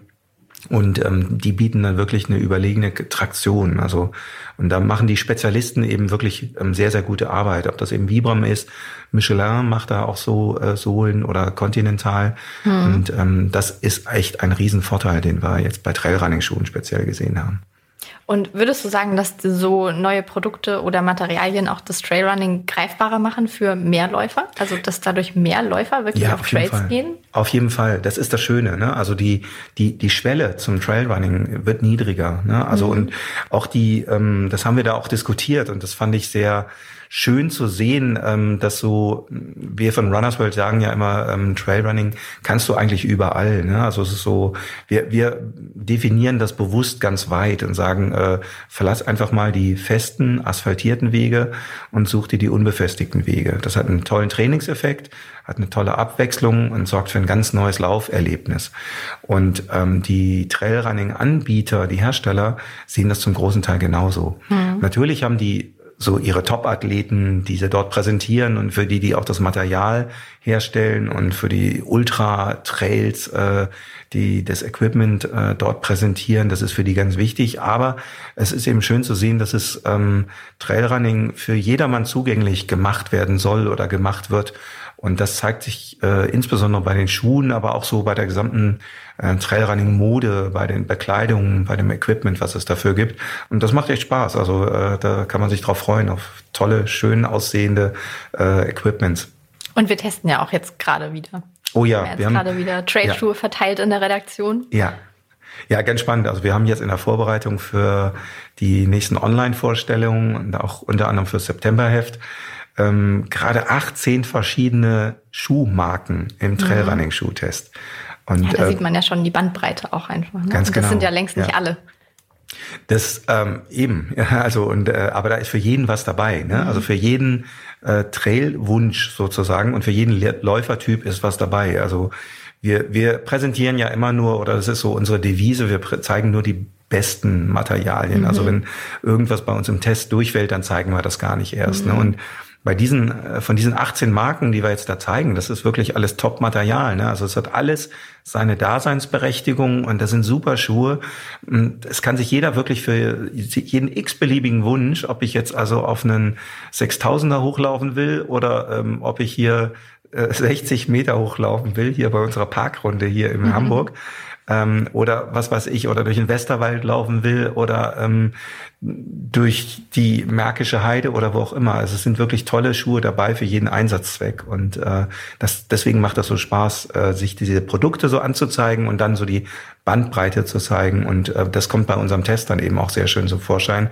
Und ähm, die bieten dann wirklich eine überlegene Traktion. Also und da machen die Spezialisten eben wirklich ähm, sehr, sehr gute Arbeit. Ob das eben Vibram ist, Michelin macht da auch so äh, Sohlen oder Continental. Hm. Und ähm, das ist echt ein Riesenvorteil, den wir jetzt bei Trailrunning-Schuhen speziell gesehen haben. Und würdest du sagen, dass so neue Produkte oder Materialien auch das Trailrunning greifbarer machen für mehr Läufer? Also dass dadurch mehr Läufer wirklich ja, auf, auf Trails jeden Fall. gehen? Auf jeden Fall. Das ist das Schöne. Ne? Also die die die Schwelle zum Trailrunning wird niedriger. Ne? Also mhm. und auch die, ähm, das haben wir da auch diskutiert und das fand ich sehr schön zu sehen, ähm, dass so, wir von Runners World sagen ja immer, ähm, Trailrunning kannst du eigentlich überall. Ne? Also es ist so, wir, wir definieren das bewusst ganz weit und sagen, äh, verlass einfach mal die festen, asphaltierten Wege und such dir die unbefestigten Wege. Das hat einen tollen Trainingseffekt, hat eine tolle Abwechslung und sorgt für ein ganz neues Lauferlebnis. Und ähm, die Trailrunning-Anbieter, die Hersteller, sehen das zum großen Teil genauso. Mhm. Natürlich haben die so ihre Top-Athleten, die sie dort präsentieren und für die, die auch das Material herstellen und für die Ultra-Trails, äh, die das Equipment äh, dort präsentieren. Das ist für die ganz wichtig. Aber es ist eben schön zu sehen, dass es ähm, Trailrunning für jedermann zugänglich gemacht werden soll oder gemacht wird. Und das zeigt sich äh, insbesondere bei den Schuhen, aber auch so bei der gesamten äh, Trailrunning-Mode, bei den Bekleidungen, bei dem Equipment, was es dafür gibt. Und das macht echt Spaß. Also äh, da kann man sich drauf freuen, auf tolle, schön aussehende äh, Equipments. Und wir testen ja auch jetzt gerade wieder. Oh ja. Wir haben jetzt gerade wieder Trailschuhe ja. verteilt in der Redaktion. Ja. Ja, ganz spannend. Also wir haben jetzt in der Vorbereitung für die nächsten Online-Vorstellungen und auch unter anderem für das Septemberheft Ähm, gerade achtzehn verschiedene Schuhmarken im Trailrunning-Schuhtest. Und ja, da äh, sieht man ja schon die Bandbreite auch einfach. Ne? Ganz Und das genau. sind ja längst nicht ja. alle. Das ähm, eben, ja, also und äh, aber da ist für jeden was dabei, ne? Mhm. Also für jeden äh, Trailwunsch sozusagen und für jeden Läufertyp ist was dabei. Also wir wir präsentieren ja immer nur, oder das ist so unsere Devise, wir prä- zeigen nur die besten Materialien. Mhm. Also wenn irgendwas bei uns im Test durchfällt, dann zeigen wir das gar nicht erst. Mhm. Ne? Und bei diesen, von diesen achtzehn Marken, die wir jetzt da zeigen, das ist wirklich alles Top-Material. Ne? Also es hat alles seine Daseinsberechtigung und das sind super Schuhe. Es kann sich jeder wirklich für jeden x-beliebigen Wunsch, ob ich jetzt also auf einen sechstausender hochlaufen will oder ähm, ob ich hier äh, sechzig Meter hochlaufen will, hier bei unserer Parkrunde hier in mhm. Hamburg, ähm, oder was weiß ich, oder durch den Westerwald laufen will oder ähm, durch die Märkische Heide oder wo auch immer. Also es sind wirklich tolle Schuhe dabei für jeden Einsatzzweck und äh, das deswegen macht das so Spaß, äh, sich diese Produkte so anzuzeigen und dann so die Bandbreite zu zeigen und äh, das kommt bei unserem Test dann eben auch sehr schön zum Vorschein.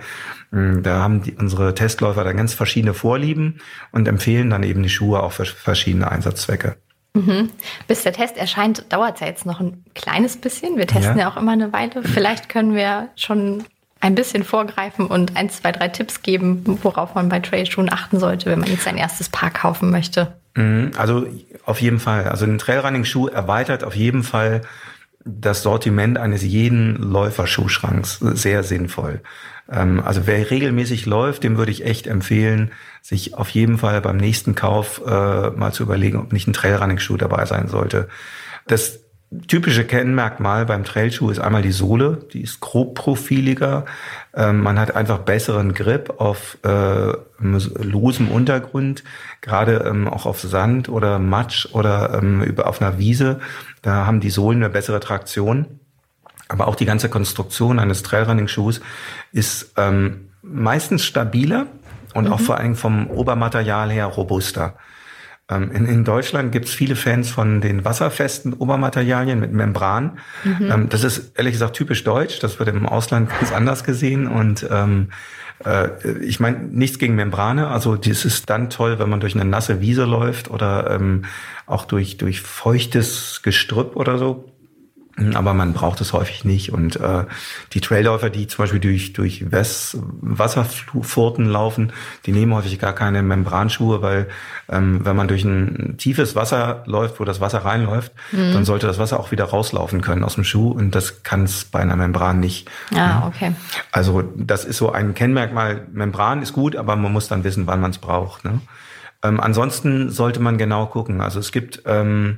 Da haben die, unsere Testläufer dann ganz verschiedene Vorlieben und empfehlen dann eben die Schuhe auch für verschiedene Einsatzzwecke. Mhm. Bis der Test erscheint, dauert es ja jetzt noch ein kleines bisschen. Wir testen ja. ja auch immer eine Weile. Vielleicht können wir schon ein bisschen vorgreifen und ein, zwei, drei Tipps geben, worauf man bei Trailschuhen achten sollte, wenn man jetzt sein erstes Paar kaufen möchte. Also auf jeden Fall. Also ein Trailrunning-Schuh erweitert auf jeden Fall das Sortiment eines jeden Läuferschuhschranks sehr sinnvoll. Also wer regelmäßig läuft, dem würde ich echt empfehlen, sich auf jeden Fall beim nächsten Kauf äh, mal zu überlegen, ob nicht ein Trailrunning-Schuh dabei sein sollte. Das typische Kennmerkmal beim Trailschuh ist einmal die Sohle, die ist grobprofiliger. Ähm, man hat einfach besseren Grip auf äh, losem Untergrund, gerade ähm, auch auf Sand oder Matsch oder ähm, über auf einer Wiese. Da haben die Sohlen eine bessere Traktion. Aber auch die ganze Konstruktion eines Trailrunning-Schuhs ist ähm, meistens stabiler und mhm. auch vor allem vom Obermaterial her robuster. Ähm, in, in Deutschland gibt es viele Fans von den wasserfesten Obermaterialien mit Membran. Mhm. Ähm, das ist ehrlich gesagt typisch deutsch. Das wird im Ausland ganz anders gesehen. Und ähm, äh, ich meine, nichts gegen Membrane. Also das ist dann toll, wenn man durch eine nasse Wiese läuft oder ähm, auch durch, durch feuchtes Gestrüpp oder so. Aber man braucht es häufig nicht. Und äh, die Trailläufer, die zum Beispiel durch durch Wes- Wasserfurten laufen, die nehmen häufig gar keine Membranschuhe, weil ähm, wenn man durch ein tiefes Wasser läuft, wo das Wasser reinläuft, mhm. dann sollte das Wasser auch wieder rauslaufen können aus dem Schuh. Und das kann es bei einer Membran nicht. Ah, okay. Also das ist so ein Kennmerkmal. Membran ist gut, aber man muss dann wissen, wann man es braucht. Ne? Ähm, ansonsten sollte man genau gucken. Also es gibt... Ähm,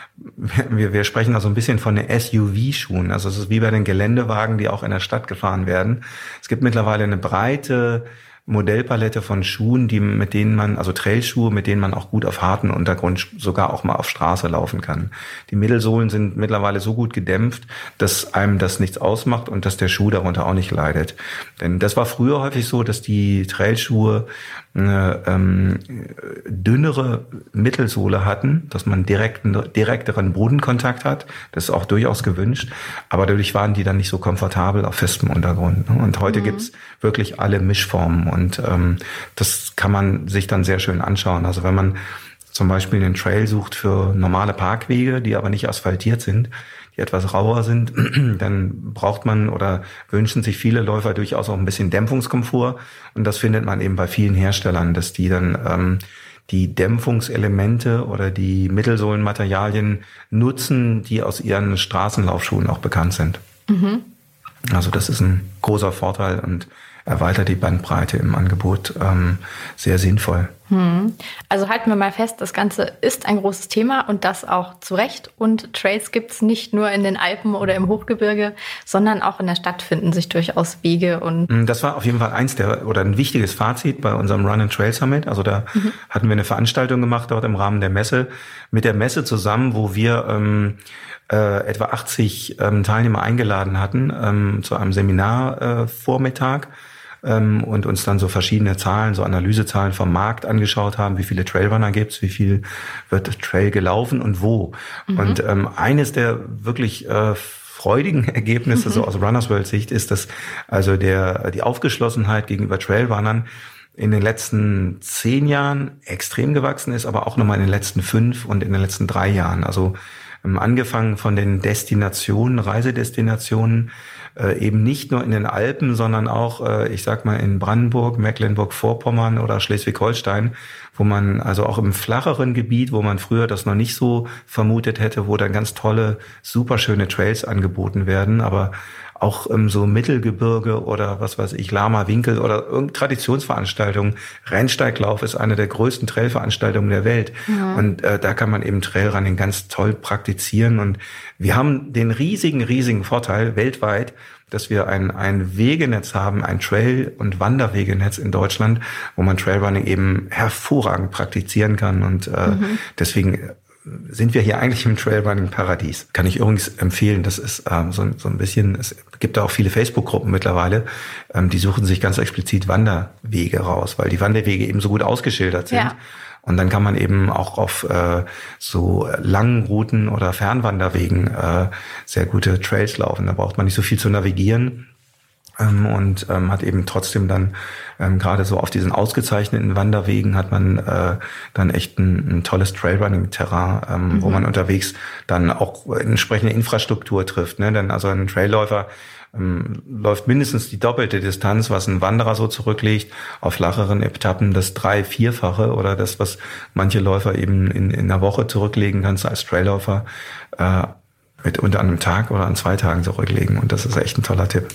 Wir, wir sprechen da so ein bisschen von den S U V-Schuhen. Also es ist wie bei den Geländewagen, die auch in der Stadt gefahren werden. Es gibt mittlerweile eine breite Modellpalette von Schuhen, die mit denen man, also Trailschuhe, mit denen man auch gut auf harten Untergrund, sogar auch mal auf Straße laufen kann. Die Mittelsohlen sind mittlerweile so gut gedämpft, dass einem das nichts ausmacht und dass der Schuh darunter auch nicht leidet. Denn das war früher häufig so, dass die Trailschuhe eine ähm, dünnere Mittelsohle hatten, dass man direkten, direkteren Bodenkontakt hat. Das ist auch durchaus gewünscht. Aber dadurch waren die dann nicht so komfortabel auf festem Untergrund. Und heute mhm. gibt's wirklich alle Mischformen. Und ähm, das kann man sich dann sehr schön anschauen. Also wenn man zum Beispiel einen Trail sucht für normale Parkwege, die aber nicht asphaltiert sind, die etwas rauer sind, dann braucht man oder wünschen sich viele Läufer durchaus auch ein bisschen Dämpfungskomfort. Und das findet man eben bei vielen Herstellern, dass die dann ähm, die Dämpfungselemente oder die Mittelsohlenmaterialien nutzen, die aus ihren Straßenlaufschuhen auch bekannt sind. Mhm. Also das ist ein großer Vorteil und erweitert die Bandbreite im Angebot ähm, sehr sinnvoll. Hm. Also halten wir mal fest, das Ganze ist ein großes Thema und das auch zu Recht. Und Trails gibt es nicht nur in den Alpen oder im Hochgebirge, sondern auch in der Stadt finden sich durchaus Wege. Und das war auf jeden Fall eins der oder ein wichtiges Fazit bei unserem Run and Trail Summit. Also da mhm. hatten wir eine Veranstaltung gemacht dort im Rahmen der Messe mit der Messe zusammen, wo wir ähm, äh, etwa achtzig ähm, Teilnehmer eingeladen hatten ähm, zu einem Seminarvormittag. Äh, und uns dann so verschiedene Zahlen, so Analysezahlen vom Markt angeschaut haben, wie viele Trailrunner gibt's, wie viel wird Trail gelaufen und wo. Mhm. Und ähm, eines der wirklich äh, freudigen Ergebnisse mhm. so aus Runners World Sicht ist, dass also der die Aufgeschlossenheit gegenüber Trailrunnern in den letzten zehn Jahren extrem gewachsen ist, aber auch nochmal in den letzten fünf und in den letzten drei Jahren. Also Ähm, angefangen von den Destinationen, Reisedestinationen, äh, eben nicht nur in den Alpen, sondern auch, äh, ich sag mal, in Brandenburg, Mecklenburg-Vorpommern oder Schleswig-Holstein, wo man also auch im flacheren Gebiet, wo man früher das noch nicht so vermutet hätte, wo dann ganz tolle, super schöne Trails angeboten werden, aber auch ähm, so Mittelgebirge oder was weiß ich, Lama Winkel oder irgendeine Traditionsveranstaltung. Rennsteiglauf ist eine der größten Trailveranstaltungen der Welt. Ja. Und äh, da kann man eben Trailrunning ganz toll praktizieren. Und wir haben den riesigen, riesigen Vorteil weltweit, dass wir ein, ein Wegenetz haben, ein Trail- und Wanderwegenetz in Deutschland, wo man Trailrunning eben hervorragend praktizieren kann. Und äh, mhm. deswegen sind wir hier eigentlich im Trailrunning-Paradies. Kann ich übrigens empfehlen, das ist ähm, so, so ein bisschen, es gibt da auch viele Facebook-Gruppen mittlerweile, ähm, die suchen sich ganz explizit Wanderwege raus, weil die Wanderwege eben so gut ausgeschildert sind. Ja. Und dann kann man eben auch auf äh, so langen Routen oder Fernwanderwegen äh, sehr gute Trails laufen. Da braucht man nicht so viel zu navigieren. Ähm, und ähm, hat eben trotzdem dann ähm, gerade so auf diesen ausgezeichneten Wanderwegen hat man äh, dann echt ein, ein tolles Trailrunning-Terrain, ähm, mhm. wo man unterwegs dann auch entsprechende Infrastruktur trifft. Ne? Denn also ein Trailläufer ähm, läuft mindestens die doppelte Distanz, was ein Wanderer so zurücklegt, auf flacheren Etappen das drei-, vierfache oder das, was manche Läufer eben in, in einer Woche zurücklegen kannst als Trailläufer, äh, mit unter einem Tag oder an zwei Tagen zurücklegen. Und das ist echt ein toller Tipp,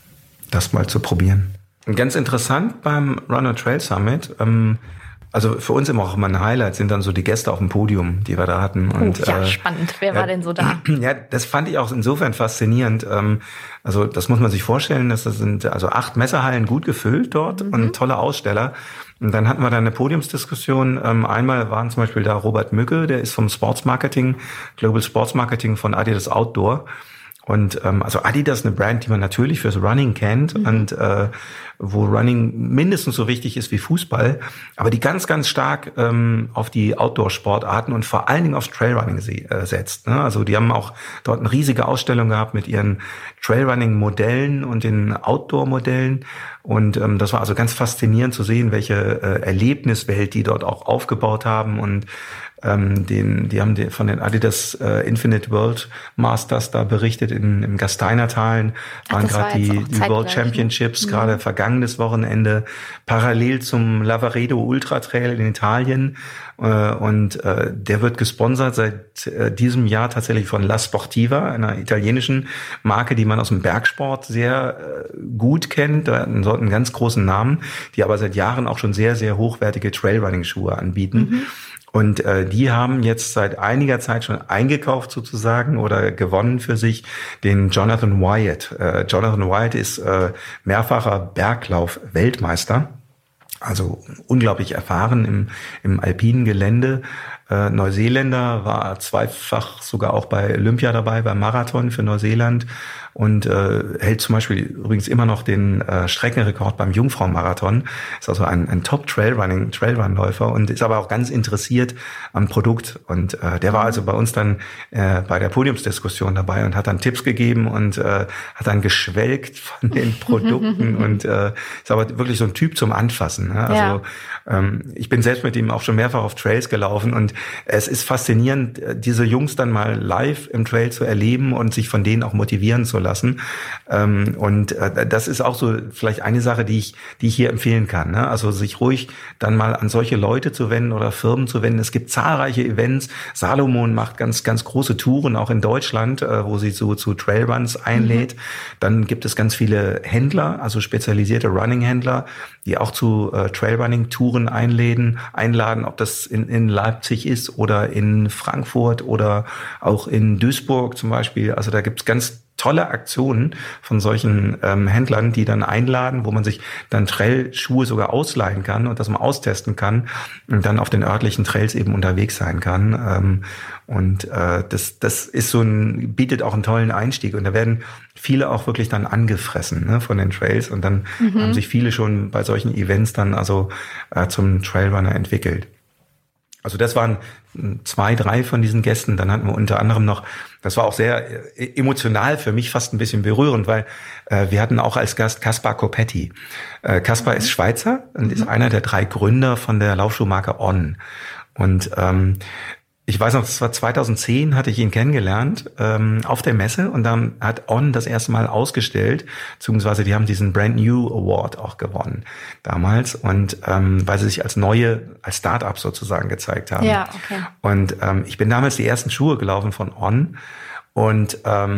das mal zu probieren. Und ganz interessant beim Runner Trail Summit, ähm, also für uns immer auch immer ein Highlight sind dann so die Gäste auf dem Podium, die wir da hatten. Und, oh, ja, äh, spannend. Wer ja, war denn so da? Ja, das fand ich auch insofern faszinierend. Ähm, also das muss man sich vorstellen, dass das sind also acht Messehallen gut gefüllt dort mhm. und tolle Aussteller. Und dann hatten wir da eine Podiumsdiskussion. Ähm, einmal waren zum Beispiel da Robert Mücke, der ist vom Sports Marketing, Global Sports Marketing von Adidas Outdoor. Und ähm, also Adidas, eine Brand, die man natürlich fürs Running kennt mhm. und äh, wo Running mindestens so wichtig ist wie Fußball, aber die ganz, ganz stark ähm, auf die Outdoor-Sportarten und vor allen Dingen aufs Trailrunning se- äh, setzt. Ne? Also die haben auch dort eine riesige Ausstellung gehabt mit ihren Trailrunning-Modellen und den Outdoor-Modellen. Und ähm, das war also ganz faszinierend zu sehen, welche äh, Erlebniswelt die dort auch aufgebaut haben. Und ähm, den, die haben die, von den Adidas äh, Infinite World Masters da berichtet in, im Gasteinertalen. Waren gerade die, die World Championships, mhm. gerade vergangenes Wochenende, parallel zum Lavaredo Ultra Trail in Italien. Äh, und äh, der wird gesponsert seit äh, diesem Jahr tatsächlich von La Sportiva, einer italienischen Marke, die man aus dem Bergsport sehr äh, gut kennt. Da hatten so einen ganz großen Namen, die aber seit Jahren auch schon sehr, sehr hochwertige Trailrunning-Schuhe anbieten. Mhm. Und äh, die haben jetzt seit einiger Zeit schon eingekauft sozusagen oder gewonnen für sich den Jonathan Wyatt. Äh, Jonathan Wyatt ist äh, mehrfacher Berglauf-Weltmeister, also unglaublich erfahren im, im alpinen Gelände. Äh, Neuseeländer, war zweifach sogar auch bei Olympia dabei, beim Marathon für Neuseeland. Und äh, hält zum Beispiel übrigens immer noch den äh, Streckenrekord beim Jungfrauenmarathon. Ist also ein, ein Top-Trailrunning, Trailrun-Läufer und ist aber auch ganz interessiert am Produkt. Und äh, der war also bei uns dann äh, bei der Podiumsdiskussion dabei und hat dann Tipps gegeben und äh, hat dann geschwelgt von den Produkten und äh, ist aber wirklich so ein Typ zum Anfassen. Ne? Also ja. ähm, ich bin selbst mit ihm auch schon mehrfach auf Trails gelaufen und es ist faszinierend, diese Jungs dann mal live im Trail zu erleben und sich von denen auch motivieren zu lassen. Ähm, und äh, das ist auch so vielleicht eine Sache, die ich, die ich hier empfehlen kann. Ne? Also sich ruhig dann mal an solche Leute zu wenden oder Firmen zu wenden. Es gibt zahlreiche Events. Salomon macht ganz, ganz große Touren, auch in Deutschland, äh, wo sie so zu Trailruns einlädt. Mhm. Dann gibt es ganz viele Händler, also spezialisierte Running-Händler, die auch zu äh, Trailrunning-Touren einladen, einladen, ob das in, in Leipzig ist oder in Frankfurt oder auch in Duisburg zum Beispiel. Also da gibt's ganz tolle Aktionen von solchen ähm, Händlern, die dann einladen, wo man sich dann Trailschuhe sogar ausleihen kann und das mal austesten kann und dann auf den örtlichen Trails eben unterwegs sein kann. Ähm, und äh, das, das ist so ein, bietet auch einen tollen Einstieg und da werden viele auch wirklich dann angefressen, ne, von den Trails und dann mhm. haben sich viele schon bei solchen Events dann also äh, zum Trailrunner entwickelt. Also das waren zwei, drei von diesen Gästen. Dann hatten wir unter anderem noch, das war auch sehr emotional für mich, fast ein bisschen berührend, weil äh, wir hatten auch als Gast Kaspar Kopetti. Äh, Kaspar mhm. ist Schweizer und mhm. ist einer der drei Gründer von der Laufschuhmarke On. Und ähm, ich weiß noch, das war zweitausendzehn, hatte ich ihn kennengelernt ähm, auf der Messe und dann hat On das erste Mal ausgestellt, beziehungsweise die haben diesen Brand New Award auch gewonnen damals und ähm, weil sie sich als neue, als Start-up sozusagen gezeigt haben. Ja, okay. Und ähm, ich bin damals die ersten Schuhe gelaufen von On und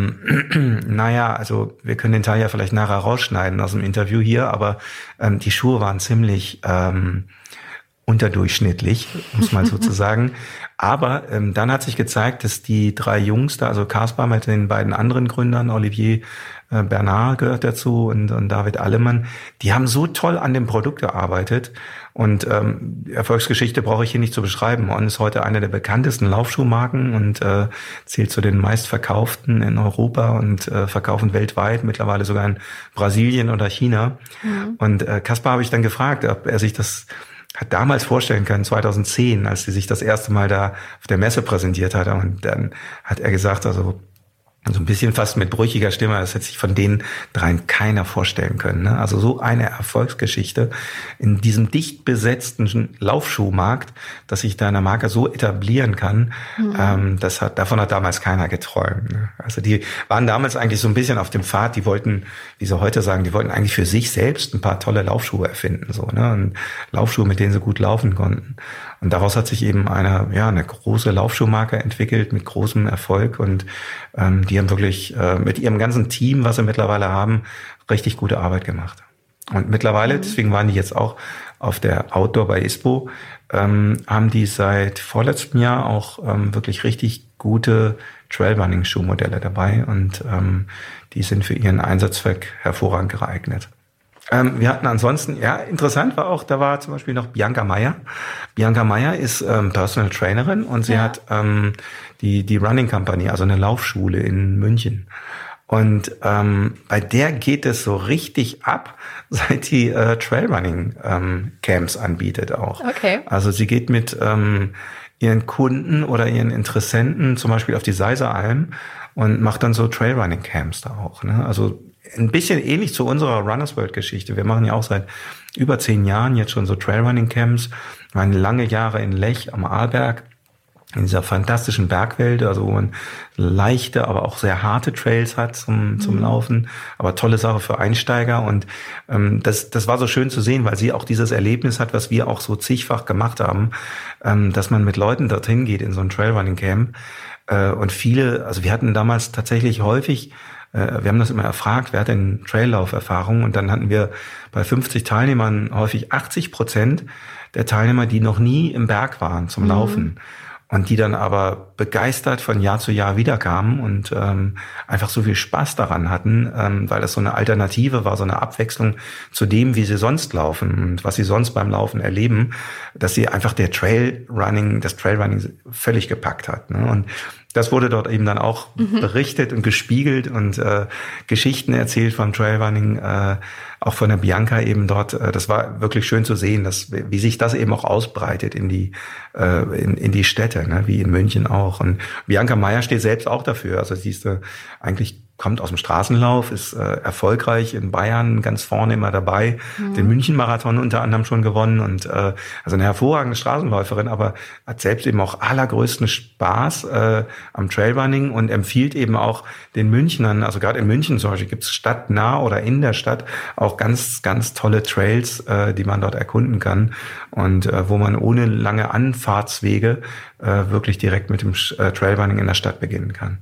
ähm, naja, also wir können den Teil ja vielleicht nachher rausschneiden aus dem Interview hier, aber ähm, die Schuhe waren ziemlich ähm, unterdurchschnittlich, um es mal so zu sagen. Aber ähm, dann hat sich gezeigt, dass die drei Jungs da, also Caspar mit den beiden anderen Gründern, Olivier äh, Bernard gehört dazu und, und David Allemann, die haben so toll an dem Produkt gearbeitet. Und ähm, Erfolgsgeschichte brauche ich hier nicht zu beschreiben. On ist heute eine der bekanntesten Laufschuhmarken und äh, zählt zu den meistverkauften in Europa und äh, verkaufen weltweit, mittlerweile sogar in Brasilien oder China. Mhm. Und äh, Caspar habe ich dann gefragt, ob er sich das hat damals vorstellen können, zweitausendzehn, als sie sich das erste Mal da auf der Messe präsentiert hat. Und dann hat er gesagt, also so ein bisschen fast mit brüchiger Stimme, das hätte sich von den dreien keiner vorstellen können. Ne? Also so eine Erfolgsgeschichte in diesem dicht besetzten Laufschuhmarkt, dass sich da eine Marke so etablieren kann, mhm. ähm, das hat, davon hat damals keiner geträumt. Ne? Also die waren damals eigentlich so ein bisschen auf dem Pfad, die wollten, wie sie heute sagen, die wollten eigentlich für sich selbst ein paar tolle Laufschuhe erfinden, so, ne? Und Laufschuhe, mit denen sie gut laufen konnten. Und daraus hat sich eben eine, ja, eine große Laufschuhmarke entwickelt mit großem Erfolg und ähm, die haben wirklich äh, mit ihrem ganzen Team, was sie mittlerweile haben, richtig gute Arbeit gemacht. Und mittlerweile, mhm. deswegen waren die jetzt auch auf der Outdoor bei ISPO, ähm, haben die seit vorletztem Jahr auch ähm, wirklich richtig gute Trailrunning-Schuhmodelle dabei und ähm, die sind für ihren Einsatzzweck hervorragend geeignet. Ähm, wir hatten ansonsten, ja, interessant war auch, da war zum Beispiel noch Bianca Meyer. Bianca Meyer ist ähm, Personal Trainerin und sie ja. hat ähm, die die Running Company, also eine Laufschule in München. Und ähm, bei der geht es so richtig ab, seit die äh, Trailrunning ähm, Camps anbietet auch. Okay. Also sie geht mit ähm, ihren Kunden oder ihren Interessenten zum Beispiel auf die Seiseralm und macht dann so Trailrunning Camps da auch. Ne? Also ein bisschen ähnlich zu unserer Runners World Geschichte. Wir machen ja auch seit über zehn Jahren jetzt schon so Trailrunning Camps. Wir waren lange Jahre in Lech am Arlberg, in dieser fantastischen Bergwelt, also wo man leichte, aber auch sehr harte Trails hat zum zum mhm. Laufen, aber tolle Sache für Einsteiger und ähm, das das war so schön zu sehen, weil sie auch dieses Erlebnis hat, was wir auch so zigfach gemacht haben, ähm, dass man mit Leuten dorthin geht in so ein Trailrunning Camp äh, und viele, also wir hatten damals tatsächlich häufig wir haben das immer erfragt, wer hat denn Traillauferfahrung? Und dann hatten wir bei fünfzig Teilnehmern häufig achtzig Prozent der Teilnehmer, die noch nie im Berg waren zum Laufen. Mhm. Und die dann aber begeistert von Jahr zu Jahr wiederkamen und ähm, einfach so viel Spaß daran hatten, ähm, weil das so eine Alternative war, so eine Abwechslung zu dem, wie sie sonst laufen und was sie sonst beim Laufen erleben, dass sie einfach der Trailrunning, das Trailrunning völlig gepackt hat. Ne? Und das wurde dort eben dann auch mhm. berichtet und gespiegelt und äh, Geschichten erzählt vom Trailrunning, äh, auch von der Bianca eben dort. Äh, das war wirklich schön zu sehen, dass wie sich das eben auch ausbreitet in die äh, in, in die Städte, ne? Wie in München auch. Und Bianca Meyer steht selbst auch dafür. Also siehst du, eigentlich kommt aus dem Straßenlauf, ist äh, erfolgreich in Bayern, ganz vorne immer dabei, mhm. den München-Marathon unter anderem schon gewonnen und äh, also eine hervorragende Straßenläuferin, aber hat selbst eben auch allergrößten Spaß äh, am Trailrunning und empfiehlt eben auch den Münchnern, also gerade in München zum Beispiel gibt es stadtnah oder in der Stadt auch ganz, ganz tolle Trails, äh, die man dort erkunden kann und äh, wo man ohne lange Anfahrtswege äh, wirklich direkt mit dem äh, Trailrunning in der Stadt beginnen kann.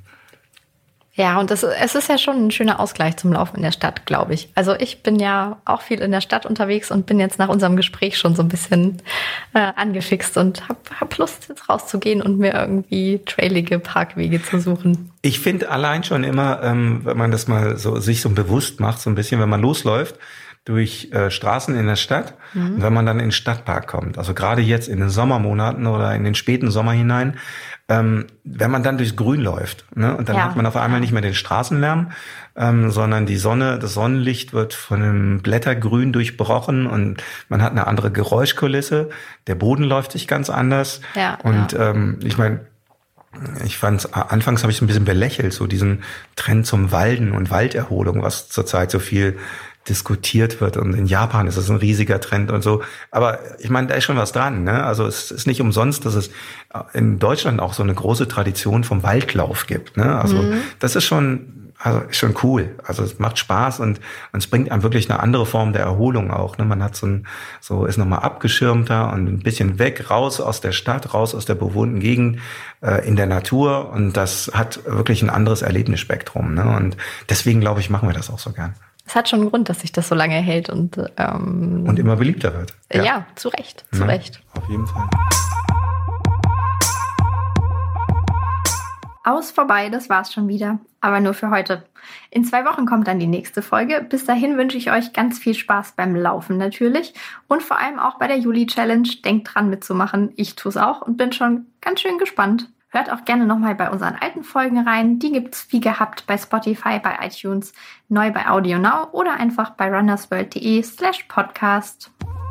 Ja, und das, es ist ja schon ein schöner Ausgleich zum Laufen in der Stadt, glaube ich. Also ich bin ja auch viel in der Stadt unterwegs und bin jetzt nach unserem Gespräch schon so ein bisschen äh, angefixt und habe hab Lust, jetzt rauszugehen und mir irgendwie trailige Parkwege zu suchen. Ich finde allein schon immer, ähm, wenn man das mal so sich so bewusst macht, so ein bisschen, wenn man losläuft, durch äh, Straßen in der Stadt mhm. und wenn man dann in den Stadtpark kommt, also gerade jetzt in den Sommermonaten oder in den späten Sommer hinein, ähm, wenn man dann durchs Grün läuft, ne, und dann ja. hat man auf einmal nicht mehr den Straßenlärm, ähm, sondern die Sonne, das Sonnenlicht wird von einem Blättergrün durchbrochen und man hat eine andere Geräuschkulisse, der Boden läuft sich ganz anders ja, und ja. Ähm, ich meine, ich fand's, anfangs habe ich so ein bisschen belächelt, so diesen Trend zum Walden und Walderholung, was zurzeit so viel diskutiert wird. Und in Japan ist es ein riesiger Trend und so. Aber ich meine, da ist schon was dran. Ne? Also es ist nicht umsonst, dass es in Deutschland auch so eine große Tradition vom Waldlauf gibt. Ne? Also mhm. das ist schon... Also ist schon cool. Also es macht Spaß und, und es bringt einem wirklich eine andere Form der Erholung auch. Ne? Man hat so ein, so ist nochmal abgeschirmter und ein bisschen weg, raus aus der Stadt, raus aus der bewohnten Gegend, äh, in der Natur. Und das hat wirklich ein anderes Erlebnisspektrum. Ne? Und deswegen, glaube ich, machen wir das auch so gern. Es hat schon einen Grund, dass sich das so lange hält und ähm, und immer beliebter wird. Ja, ja zu Recht, zu ja, Recht. Auf jeden Fall. Aus vorbei, das war's schon wieder. Aber nur für heute. In zwei Wochen kommt dann die nächste Folge. Bis dahin wünsche ich euch ganz viel Spaß beim Laufen natürlich. Und vor allem auch bei der Juli-Challenge. Denkt dran mitzumachen. Ich tue es auch und bin schon ganz schön gespannt. Hört auch gerne nochmal bei unseren alten Folgen rein. Die gibt's wie gehabt bei Spotify, bei iTunes, neu bei AudioNow oder einfach bei runnersworld.de slash podcast.